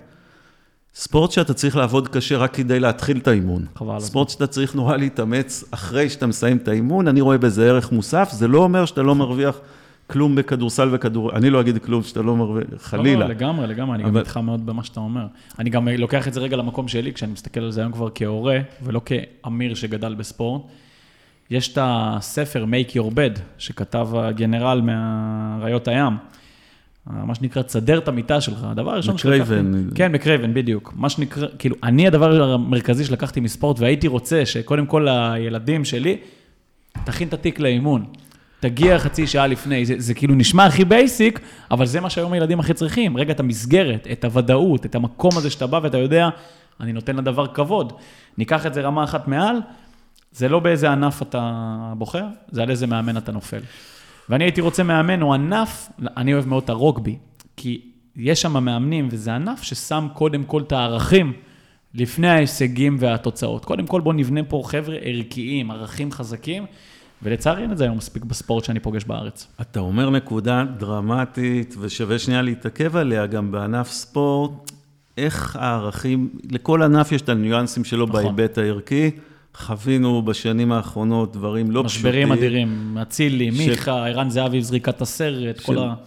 ספורט שאתה צריך לעבוד קשה רק כדי להתחיל את האימון. ספורט שאתה צריך נורא להתאמץ אחרי שאתה מסיים את האימון, אני רואה בזה ערך מוסף, זה לא אומר שאתה לא מרוויח כלום בכדורסל וכדור, אני לא אגיד כלום שאתה לא מרוויח, חלילה. לא, לגמרי, אני גם איתך מאוד במה שאתה אומר. אני גם לוקח את זה רגע למקום שלי, כשאני מסתכל על זה היום כבר כהורה, ולא כאמיר שגדל בספורט. יש את הספר Make Your Bed, שכתב הגנרל מהראיות הים. מה שנקרא, תסדר את המיטה שלך. הדבר הראשון שלקחתי... כן, בקרייבן, בדיוק. מה שנקרא, כאילו, אני הדבר המרכזי שלקחתי מספורט, והייתי רוצה שקודם כל הילדים שלי, תכין את התיק לאימון. תגיע חצי שעה לפני. זה כאילו נשמע הכי בייסיק, אבל זה מה שהיום הילדים הכי צריכים. רגע, את המסגרת, את הוודאות, את המקום הזה שאתה בא ואתה יודע, אני נותן לדבר כבוד. ניקח את זה רמה אחת מעל, זה לא באיזה ענף אתה בוחר, זה על איזה מאמן אתה נופל. ואני הייתי רוצה מאמן או ענף, אני אוהב מאוד את הרוגבי, כי יש שם מאמנים, וזה ענף ששם קודם כל את הערכים, לפני ההישגים והתוצאות. קודם כל בוא נבנה פה חבר'ה ערכיים, ערכים חזקים, ולצערי אין את זה היום מספיק בספורט שאני פוגש בארץ. אתה אומר נקודה דרמטית, ושווה שנייה להתעכב עליה, גם בענף ספורט, איך הערכים, לכל ענף יש את הניואנסים שלו בהיבט הערכי, חווינו בשנים האחרונות דברים לא פשוטים. משברים אדירים, אצילי, מיכה, ערן זהבי, זריקת הסרט, כל ה...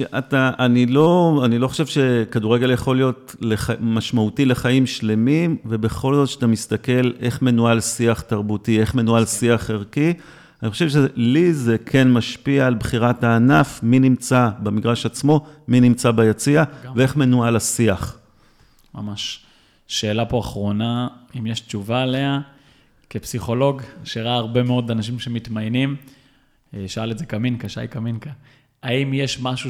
אני לא חושב שכדורגל יכול להיות משמעותי לחיים שלמים, ובכל זאת שאתה מסתכל איך מנוהל שיח תרבותי, איך מנוהל שיח ערכי, אני חושב שלי זה כן משפיע על בחירת הענף, מי נמצא במגרש עצמו, מי נמצא ביציע, ואיך מנוהל השיח. ממש. שאלה פה אחרונה, אם יש תשובה עליה, כפסיכולוג, שראה הרבה מאוד אנשים שמתמיינים, שאל את זה קמינקה, שי קמינקה, האם יש משהו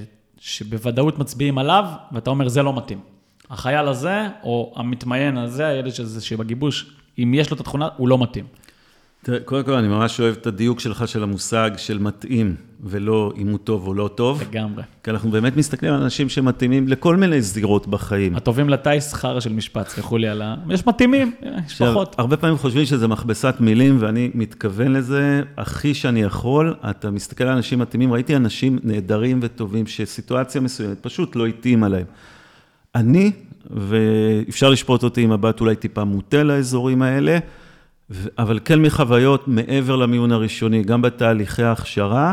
שבוודאות מצביעים עליו, ואתה אומר, זה לא מתאים. החייל הזה, או המתמיין הזה, הילד שבגיבוש, אם יש לו את התכונה, הוא לא מתאים. תראה, קודם כל, אני ממש אוהב את הדיוק שלך של המושג של מתאים, ולא אם הוא טוב או לא טוב. לגמרי. כי אנחנו באמת מסתכלים על אנשים שמתאימים לכל מיני זירות בחיים. הטובים לטייס חרא של משפט, סליחו לי על יש מתאימים, יש פחות. הרבה פעמים חושבים שזה מכבסת מילים, ואני מתכוון לזה, הכי שאני יכול, אתה מסתכל על אנשים מתאימים, ראיתי אנשים נהדרים וטובים, שסיטואציה מסוימת פשוט לא התאים עליהם. אני, ואפשר לשפוט אותי עם הבת אולי טיפה מוטה לאזורים האלה, אבל כן מחוויות מעבר למיון הראשוני, גם בתהליכי ההכשרה,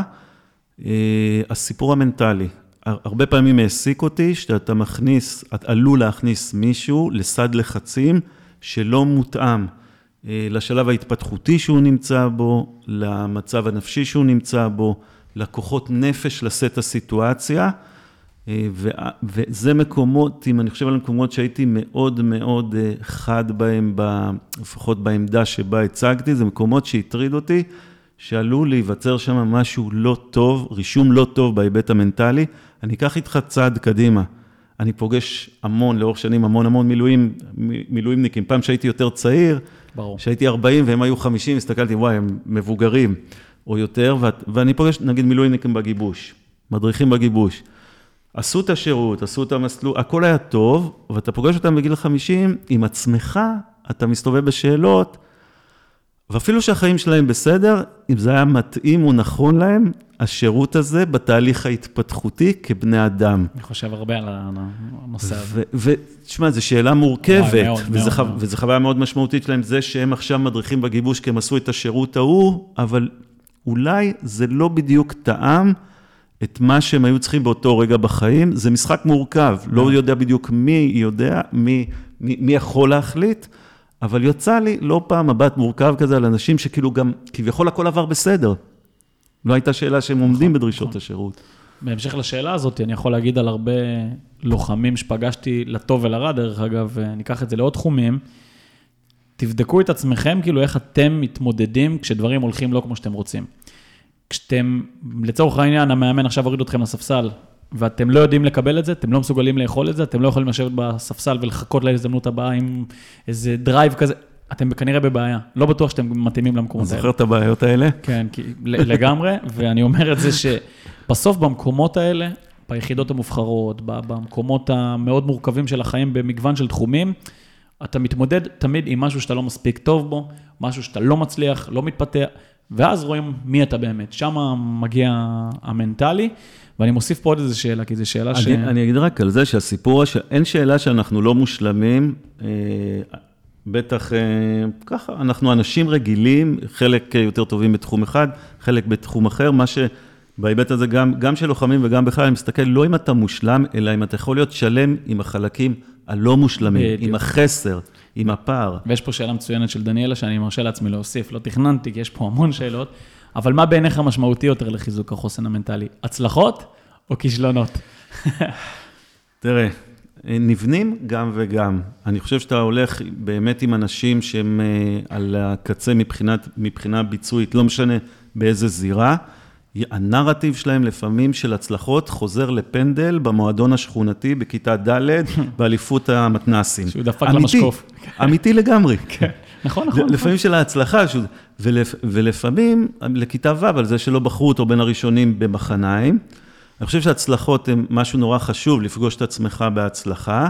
הסיפור המנטלי. הרבה פעמים העסיק אותי שאתה עלול להכניס מישהו לסד לחצים שלא מותאם לשלב ההתפתחותי שהוא נמצא בו, למצב הנפשי שהוא נמצא בו, לכוחות נפש לשאת הסיטואציה, וזה מקומות, אם אני חושב על מקומות שהייתי מאוד מאוד חד בהם, לפחות בעמדה שבה הצגתי, זה מקומות שהטריד אותי, שעלול להיווצר שם משהו לא טוב, רישום לא טוב בהיבט המנטלי. אני אקח איתך צעד קדימה. אני פוגש המון, לאורך שנים, המון מילואימניקים. פעם שהייתי יותר צעיר, שהייתי 40 והם היו 50, הסתכלתי, וואי, הם מבוגרים או יותר, ואני פוגש, נגיד, מילואימניקים בגיבוש, מדריכים בגיבוש. עשו את השירות, עשו את המסלול, הכל היה טוב, ואתה פוגש אותם בגיל 50, עם עצמך, אתה מסתובב בשאלות, ואפילו שהחיים שלהם בסדר, אם זה היה מתאים או נכון להם, השירות הזה בתהליך ההתפתחותי כבני אדם. אני חושב הרבה על הנושא הזה. ותשמע, זו שאלה מורכבת, וזו חוויה מאוד משמעותית שלהם, זה שהם עכשיו מדריכים בגיבוש, כי הם עשו את השירות ההוא, אבל אולי זה לא בדיוק טעם, את מה שהם היו צריכים באותו רגע בחיים, זה משחק מורכב, לא יודע בדיוק מי יודע, מי יכול להחליט, אבל יוצא לי לא פעם מבט מורכב כזה על אנשים שכאילו גם, כביכול הכל עבר בסדר. לא הייתה שאלה שהם עומדים בדרישות השירות. בהמשך לשאלה הזאת, אני יכול להגיד על הרבה לוחמים שפגשתי לטוב ולרע, דרך אגב, ניקח את זה לעוד תחומים, תבדקו את עצמכם, כאילו איך אתם מתמודדים כשדברים הולכים לא כמו שאתם רוצים. כשאתם, לצורך העניין, המאמן עכשיו הוריד אתכם לספסל, ואתם לא יודעים לקבל את זה, אתם לא מסוגלים לאכול את זה, אתם לא יכולים לשבת בספסל ולחכות להזדמנות הבאה עם איזה דרייב כזה, אתם כנראה בבעיה. לא בטוח שאתם מתאימים למקומות האלה. זוכר את הבעיות האלה? כן, לגמרי, ואני אומר את זה שבסוף במקומות האלה, ביחידות המובחרות, במקומות המאוד מורכבים של החיים, במגוון של תחומים, אתה מתמודד תמיד עם משהו שאתה לא מספיק טוב בו, משהו שאתה לא מצליח, לא מתפתח, ואז רואים מי אתה באמת. שם מגיע המנטלי, ואני מוסיף פה עוד איזו שאלה, כי זו שאלה אני אגיד רק על זה שהסיפור, אין שאלה שאנחנו לא מושלמים, בטח ככה, אנחנו אנשים רגילים, חלק יותר טובים בתחום אחד, חלק בתחום אחר, מה שבהיבט הזה גם של לוחמים וגם בכלל, אני מסתכל לא אם אתה מושלם, אלא אם אתה יכול להיות שלם עם החלקים הלא מושלמים, עם החסר, עם הפער. ויש פה שאלה מצוינת של דניאלה, שאני מרשה לעצמי להוסיף, לא תכננתי, כי יש פה המון שאלות, אבל מה בעיניך משמעותי יותר לחיזוק החוסן המנטלי? הצלחות או כישלונות? תראה, נבנים גם וגם. אני חושב שאתה הולך באמת עם אנשים שהם על הקצה מבחינה ביצועית, לא משנה באיזה זירה, הנרטיב שלהם לפעמים של הצלחות חוזר לפנדל במועדון השכונתי בכיתה ד' באליפות המתנסים. שהוא דפק למשקוף. אמיתי לגמרי. נכון, נכון. לפעמים של ההצלחה, ולפעמים לכיתה ו' על זה שלא בחרו אותו בין הראשונים במחניים. אני חושב שההצלחות הן משהו נורא חשוב, לפגוש את עצמך בהצלחה.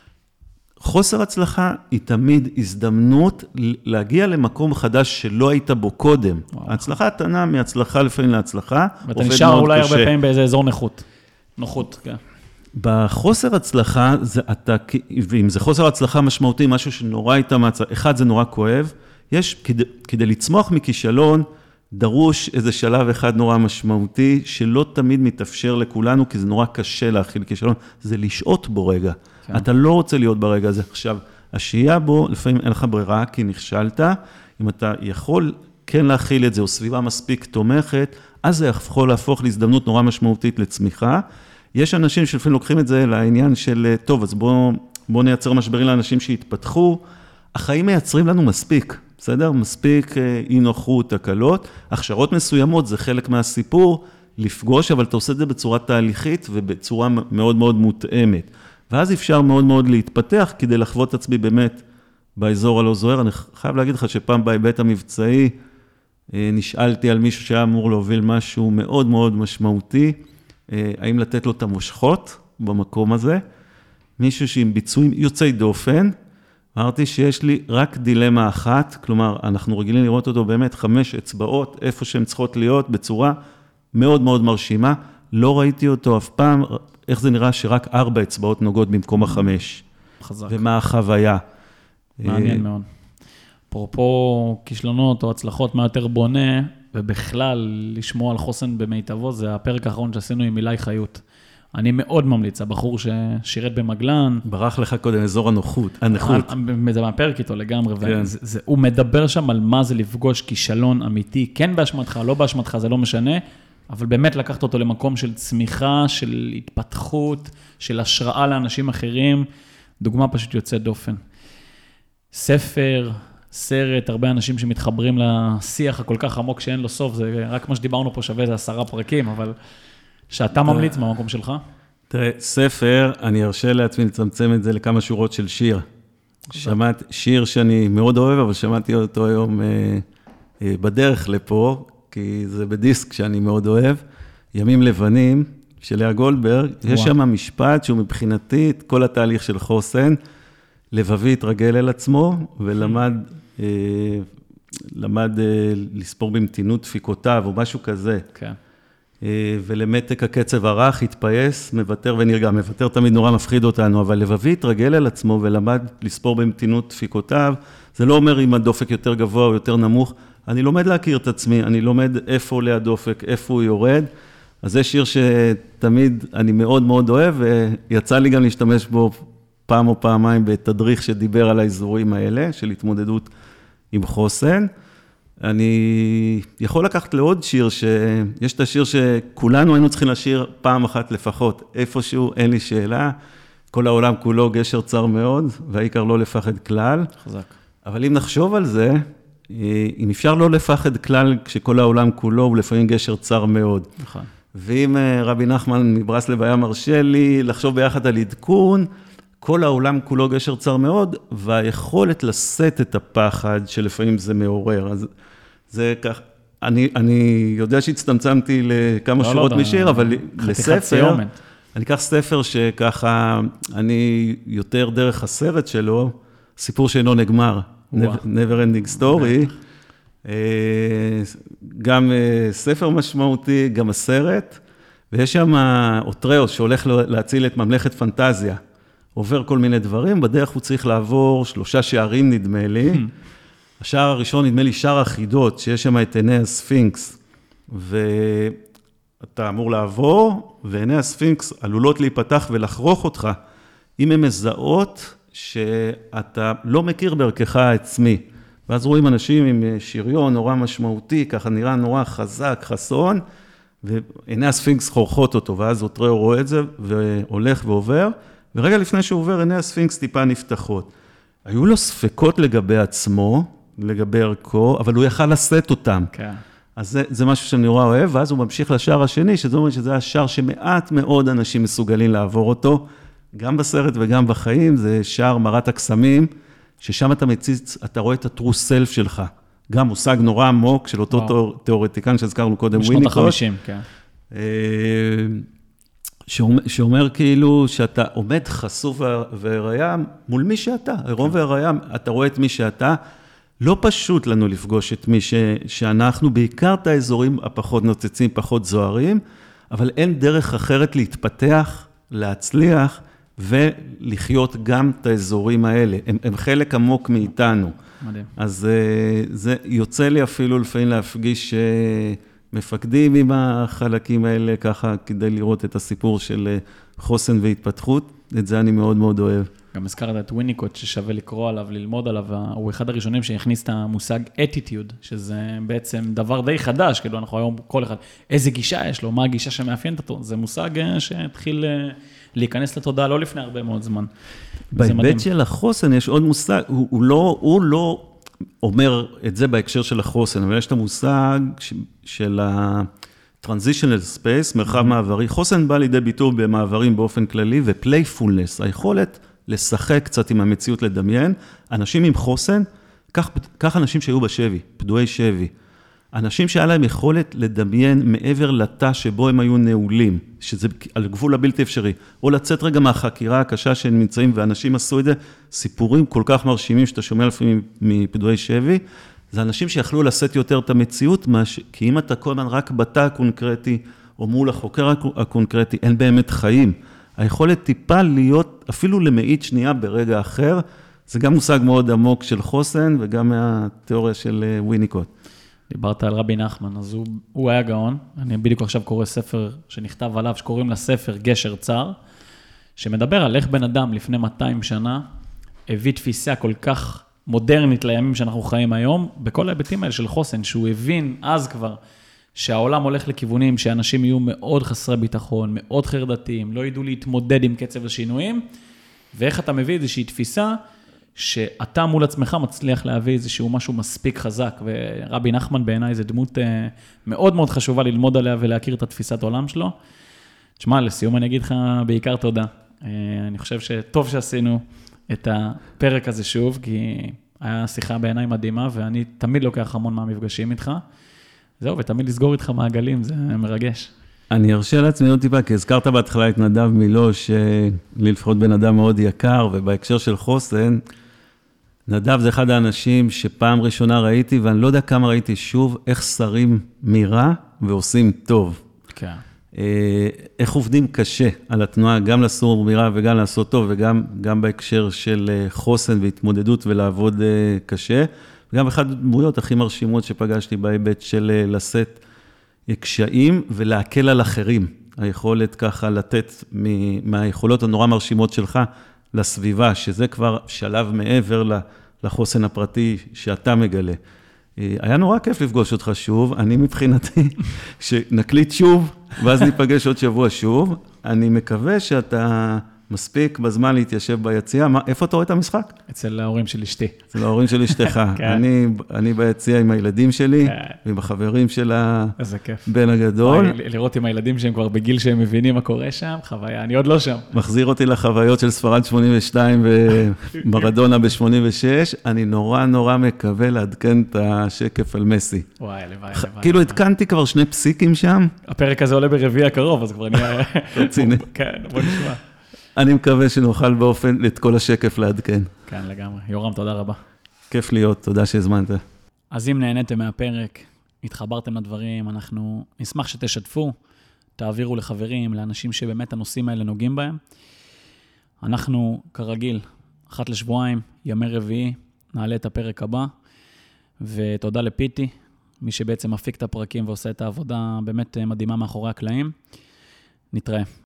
חוסר הצלחה היא תמיד הזדמנות להגיע למקום חדש שלא היית בו קודם. ההצלחה תנה מהצלחה לפעמים להצלחה. ואתה נשאר אולי הרבה פעמים באיזה אזור נוחות, כן. בחוסר הצלחה, ואם זה חוסר הצלחה משמעותי, משהו שנורא איתה אחד זה נורא כואב, יש, כדי לצמוח מכישלון, דרוש איזה שלב אחד נורא משמעותי, שלא תמיד מתאפשר לכולנו, כי זה נורא קשה להכיל כישלון, זה לשעות בו רגע. כן. אתה לא רוצה להיות ברגע הזה. עכשיו, השהייה בו, לפעמים אין לך ברירה, כי נכשלת, אם אתה יכול כן להכיל את זה, או סביבה מספיק תומכת, אז זה יכול להפוך להזדמנות נורא משמעותית לצמיחה. יש אנשים שלפעמים לוקחים את זה לעניין של, טוב, אז בוא נייצר משברים לאנשים שהתפתחו, החיים מייצרים לנו מספיק. בסדר? מספיק אי נוחות, הקלות. הכשרות מסוימות זה חלק מהסיפור, לפגוש, אבל אתה עושה את זה בצורה תהליכית ובצורה מאוד מאוד מותאמת. ואז אפשר מאוד מאוד להתפתח כדי לחוות את עצמי באמת באזור הלא זוהר. אני חייב להגיד לך שפעם בהיבט המבצעי, נשאלתי על מישהו שהיה אמור להוביל משהו מאוד מאוד משמעותי, האם לתת לו את המושכות במקום הזה, מישהו שעם ביצועים יוצאי דופן, אמרתי שיש לי רק דילמה אחת, כלומר, אנחנו רגילים לראות אותו באמת 5 אצבעות, איפה שהן צריכות להיות, בצורה מאוד מאוד מרשימה. לא ראיתי אותו אף פעם, איך זה נראה שרק 4 אצבעות נוגעות במקום 5. חזק. ומה החוויה. מעניין מאוד. אפרופו כישלונות או הצלחות מה יותר בונה, ובכלל לשמוע על חוסן במיטבו, זה הפרק האחרון שעשינו עם אילי חיות. אני מאוד ממליץ, הבחור ששירת במגלן. ברח לך קודם אזור הנוחות. זה מהפרק איתו לגמרי, הוא מדבר שם על מה זה לפגוש כישלון אמיתי, כן באשמתך, לא באשמתך, זה לא משנה, אבל באמת לקחת אותו למקום של צמיחה, של התפתחות, של השראה לאנשים אחרים, דוגמה פשוט יוצאת דופן. סרט, הרבה אנשים שמתחברים לשיח הכל כך עמוק שאין לו סוף, זה רק מה שדיברנו פה שווה, זה 10 פרקים, אבל שאתה ממליץ מהמקום שלך? תראה, ספר, אני ארשה לעצמי לצמצם את זה לכמה שורות של שיר. שמעתי שיר שאני מאוד אוהב, אבל שמעתי אותו היום בדרך לפה, כי זה בדיסק שאני מאוד אוהב, ימים לבנים של לאה גולדברג, יש שם משפט שהוא מבחינתי את כל התהליך של חוסן, לבבי התרגל אל עצמו, ולמד לספור במתינות דפיקותיו, או משהו כזה. כן. ולמתק הקצב הרך, התפייס, מוותר ונרגע. מוותר תמיד נורא מפחיד אותנו, אבל לבבי התרגל אל עצמו ולמד לספור במתינות דפיקותיו. זה לא אומר אם הדופק יותר גבוה או יותר נמוך. אני לומד להכיר את עצמי, אני לומד איפה עולה הדופק, איפה הוא יורד. אז זה שיר שתמיד אני מאוד מאוד אוהב, ויצא לי גם להשתמש בו פעם או פעמיים בתדריך שדיבר על האזורים האלה, של התמודדות עם חוסן. אני יכול לקחת לעוד שיר, שיש את השיר שכולנו היינו צריכים לשיר פעם אחת לפחות, איפשהו, אין לי שאלה, כל העולם כולו גשר צר מאוד, והעיקר לא לפחד כלל. חזק. אבל אם נחשוב על זה, אם אפשר לא לפחד כלל, כשכל העולם כולו הוא לפעמים גשר צר מאוד. נכון. ואם רבי נחמן מברסלב היה מרשה לי לחשוב ביחד על עדכון, כל העולם כולו גשר צר מאוד, והיכולת לשאת את הפחד שלפעמים זה מעורר. אז זה כך, אני יודע שהצטמצמתי לכמה שורות משיר, אבל לספר, אני אקח ספר שככה, אני יותר דרך הסרט שלו, סיפור שאינו נגמר, Never Ending Story, גם ספר משמעותי, גם הסרט, ויש שם אוטריאוס שהולך להציל את ממלכת פנטזיה, עובר כל מיני דברים, בדרך הוא צריך לעבור 3 שערים נדמה לי, השער הראשון נדמה לי שער החידות, שיש שם את עיני הספינקס, ואתה אמור לעבור, ועיני הספינקס עלולות להיפתח ולחרוך אותך, אם הן מזהות שאתה לא מכיר בערכך העצמי, ואז רואים אנשים עם שריון נורא משמעותי, ככה נראה נורא חזק, חסון, ועיני הספינקס חורכות אותו, ואז אוטריאוס רואה את זה, והולך ועובר, ורגע לפני שהוא עובר, עיני הספינקס טיפה נפתחות. היו לו ספקות לגבי עצמו, לגבי ערכו, אבל הוא יכל לשאת אותם. כן. אז זה משהו שאני נורא אוהב, ואז הוא ממשיך לשער השני, שזה אומר שזה השער שמעט מאוד אנשים מסוגלים לעבור אותו, גם בסרט וגם בחיים, זה שער מרת הקסמים, ששם אתה מציץ, אתה רואה את ה-true self שלך. גם מושג נורא עמוק של אותו תיאורטיקן שהזכרנו קודם, וויניקוט. משנות ה-50, כן. שאומר כאילו שאתה עומד חשוף והראיה מול מי שאתה, עירום והראיה, אתה רואה את מי שאתה, לא פשוט לנו לפגוש את מי שאנחנו, בעיקר את האזורים הפחות נוצצים, פחות זוהרים, אבל אין דרך אחרת להתפתח, להצליח, ולחיות גם את האזורים האלה. הם חלק עמוק מאיתנו. מדהים. אז זה יוצא לי אפילו לפעמים להפגיש מפקדים עם החלקים האלה, ככה כדי לראות את הסיפור של חוסן והתפתחות. את זה אני מאוד מאוד אוהב. גם הזכרת את וויניקוט ששווה לקרוא עליו, ללמוד עליו, הוא אחד הראשונים שהכניס את המושג attitude, שזה בעצם דבר די חדש, כאילו אנחנו היום כל אחד, איזה גישה יש לו, מה הגישה שמאפיינת אותו, זה מושג שהתחיל להיכנס לתודעה לא לפני הרבה מאוד זמן. בהיבט של החוסן יש עוד מושג, הוא לא אומר את זה בהקשר של החוסן, אבל יש את המושג של ה-transitional space, מרחב מעברי, חוסן בא לידי ביטוי במעברים באופן כללי, ו-playfulness, היכולת לשחק קצת עם המציאות לדמיין, אנשים עם חוסן, כך אנשים שהיו בשבי, פדואי שבי, אנשים שהיה להם יכולת לדמיין מעבר לתא שבו הם היו נעולים, שזה על גבול הבלתי אפשרי, או לצאת רגע מהחקירה הקשה שהם נמצאים, ואנשים עשו את זה, סיפורים כל כך מרשימים שאתה שומע לפעמים מפדואי שבי, זה אנשים שיכלו לשאת יותר את המציאות, כי אם אתה כל הזמן רק בתא הקונקרטי, או מול החוקר הקונקרטי, אין באמת חיים. היכולת טיפה להיות אפילו למאית שנייה ברגע אחר, זה גם מושג מאוד עמוק של חוסן, וגם מהתיאוריה של וויניקוט. דיברת על רבי נחמן, אז הוא היה גאון. אני בדיוק עכשיו קורא ספר שנכתב עליו, שקוראים לספר גשר צר, שמדבר על איך בן אדם לפני 200 שנה, הביא תפיסה כל כך מודרנית לימים שאנחנו חיים היום, בכל ההיבטים האלה של חוסן, שהוא הבין אז כבר, שהעולם הולך לכיוונים שאנשים יהיו מאוד חסרי ביטחון, מאוד חרדתיים, לא ידעו להתמודד עם קצב השינויים, ואיך אתה מביא איזושהי תפיסה, שאתה מול עצמך מצליח להביא איזשהו משהו מספיק חזק, ורבי נחמן בעיניי זה דמות מאוד מאוד חשובה ללמוד עליה ולהכיר את התפיסת העולם שלו. תשמע, לסיום אני אגיד לך בעיקר תודה. אני חושב שטוב שעשינו את הפרק הזה שוב, כי היה שיחה בעיניי מדהימה, ואני תמיד לוקח המון מהמפגשים איתך. זהו, ותמיד לסגור איתך מעגלים, זה מרגש. אני ארשה לעצמי עוד טיפה, כי הזכרת בהתחלה את נדב מילו, שלי לפחות בן אדם מאוד יקר, ובהקשר של חוסן, נדב זה אחד האנשים שפעם ראשונה ראיתי, ואני לא יודע כמה ראיתי שוב, איך שרים מרע ועושים טוב. כן. איך עובדים קשה על התנועה, גם לעשות מרע וגם לעשות טוב, וגם בהקשר של חוסן והתמודדות ולעבוד קשה, וגם אחד הדמויות הכי מרשימות שפגשתי בהיבט של לשאת קשיים ולהקל על אחרים. היכולת ככה לתת מהיכולות הנורא מרשימות שלך לסביבה, שזה כבר שלב מעבר לחוסן הפרטי שאתה מגלה. היה נורא כיף לפגוש אותך שוב, אני מבחינתי, שנקליט שוב, ואז ניפגש עוד שבוע שוב. אני מקווה שאתה מספיק בזמן להתיישב ביציאה. איפה אתה רואה את המשחק? אצל ההורים של אשתי. אצל ההורים של אשתך. אני ביציאה עם הילדים שלי, ועם החברים של הבן הגדול. לראות עם הילדים שהם כבר בגיל שהם מבינים מה קורה שם, חוויה, אני עוד לא שם. מחזיר אותי לחוויות של ספרד 82 ומרדונה ב-86. אני נורא נורא מקווה לעדכן את השקף על מסי. וואי, לוואי. כאילו התקנתי כבר 2 פסיקים שם. הפרק הזה עולה ברביעי הקרוב, אז כבר נהיה... רציני. כן, בוא נשמע. אני מקווה שנוכל באופן את כל השקף לעדכן. כן, לגמרי. יורם, תודה רבה. כיף להיות, תודה שהזמנת. אז אם נהניתם מהפרק, התחברתם לדברים, אנחנו נשמח שתשתפו, תעבירו לחברים, לאנשים שבאמת הנושאים האלה נוגעים בהם. אנחנו, כרגיל, 1 לשבועיים, ימי רביעי, נעלה את הפרק הבא, ותודה לפיטי, מי שבעצם מפיק את הפרקים ועושה את העבודה באמת מדהימה מאחורי הקלעים. נתראה.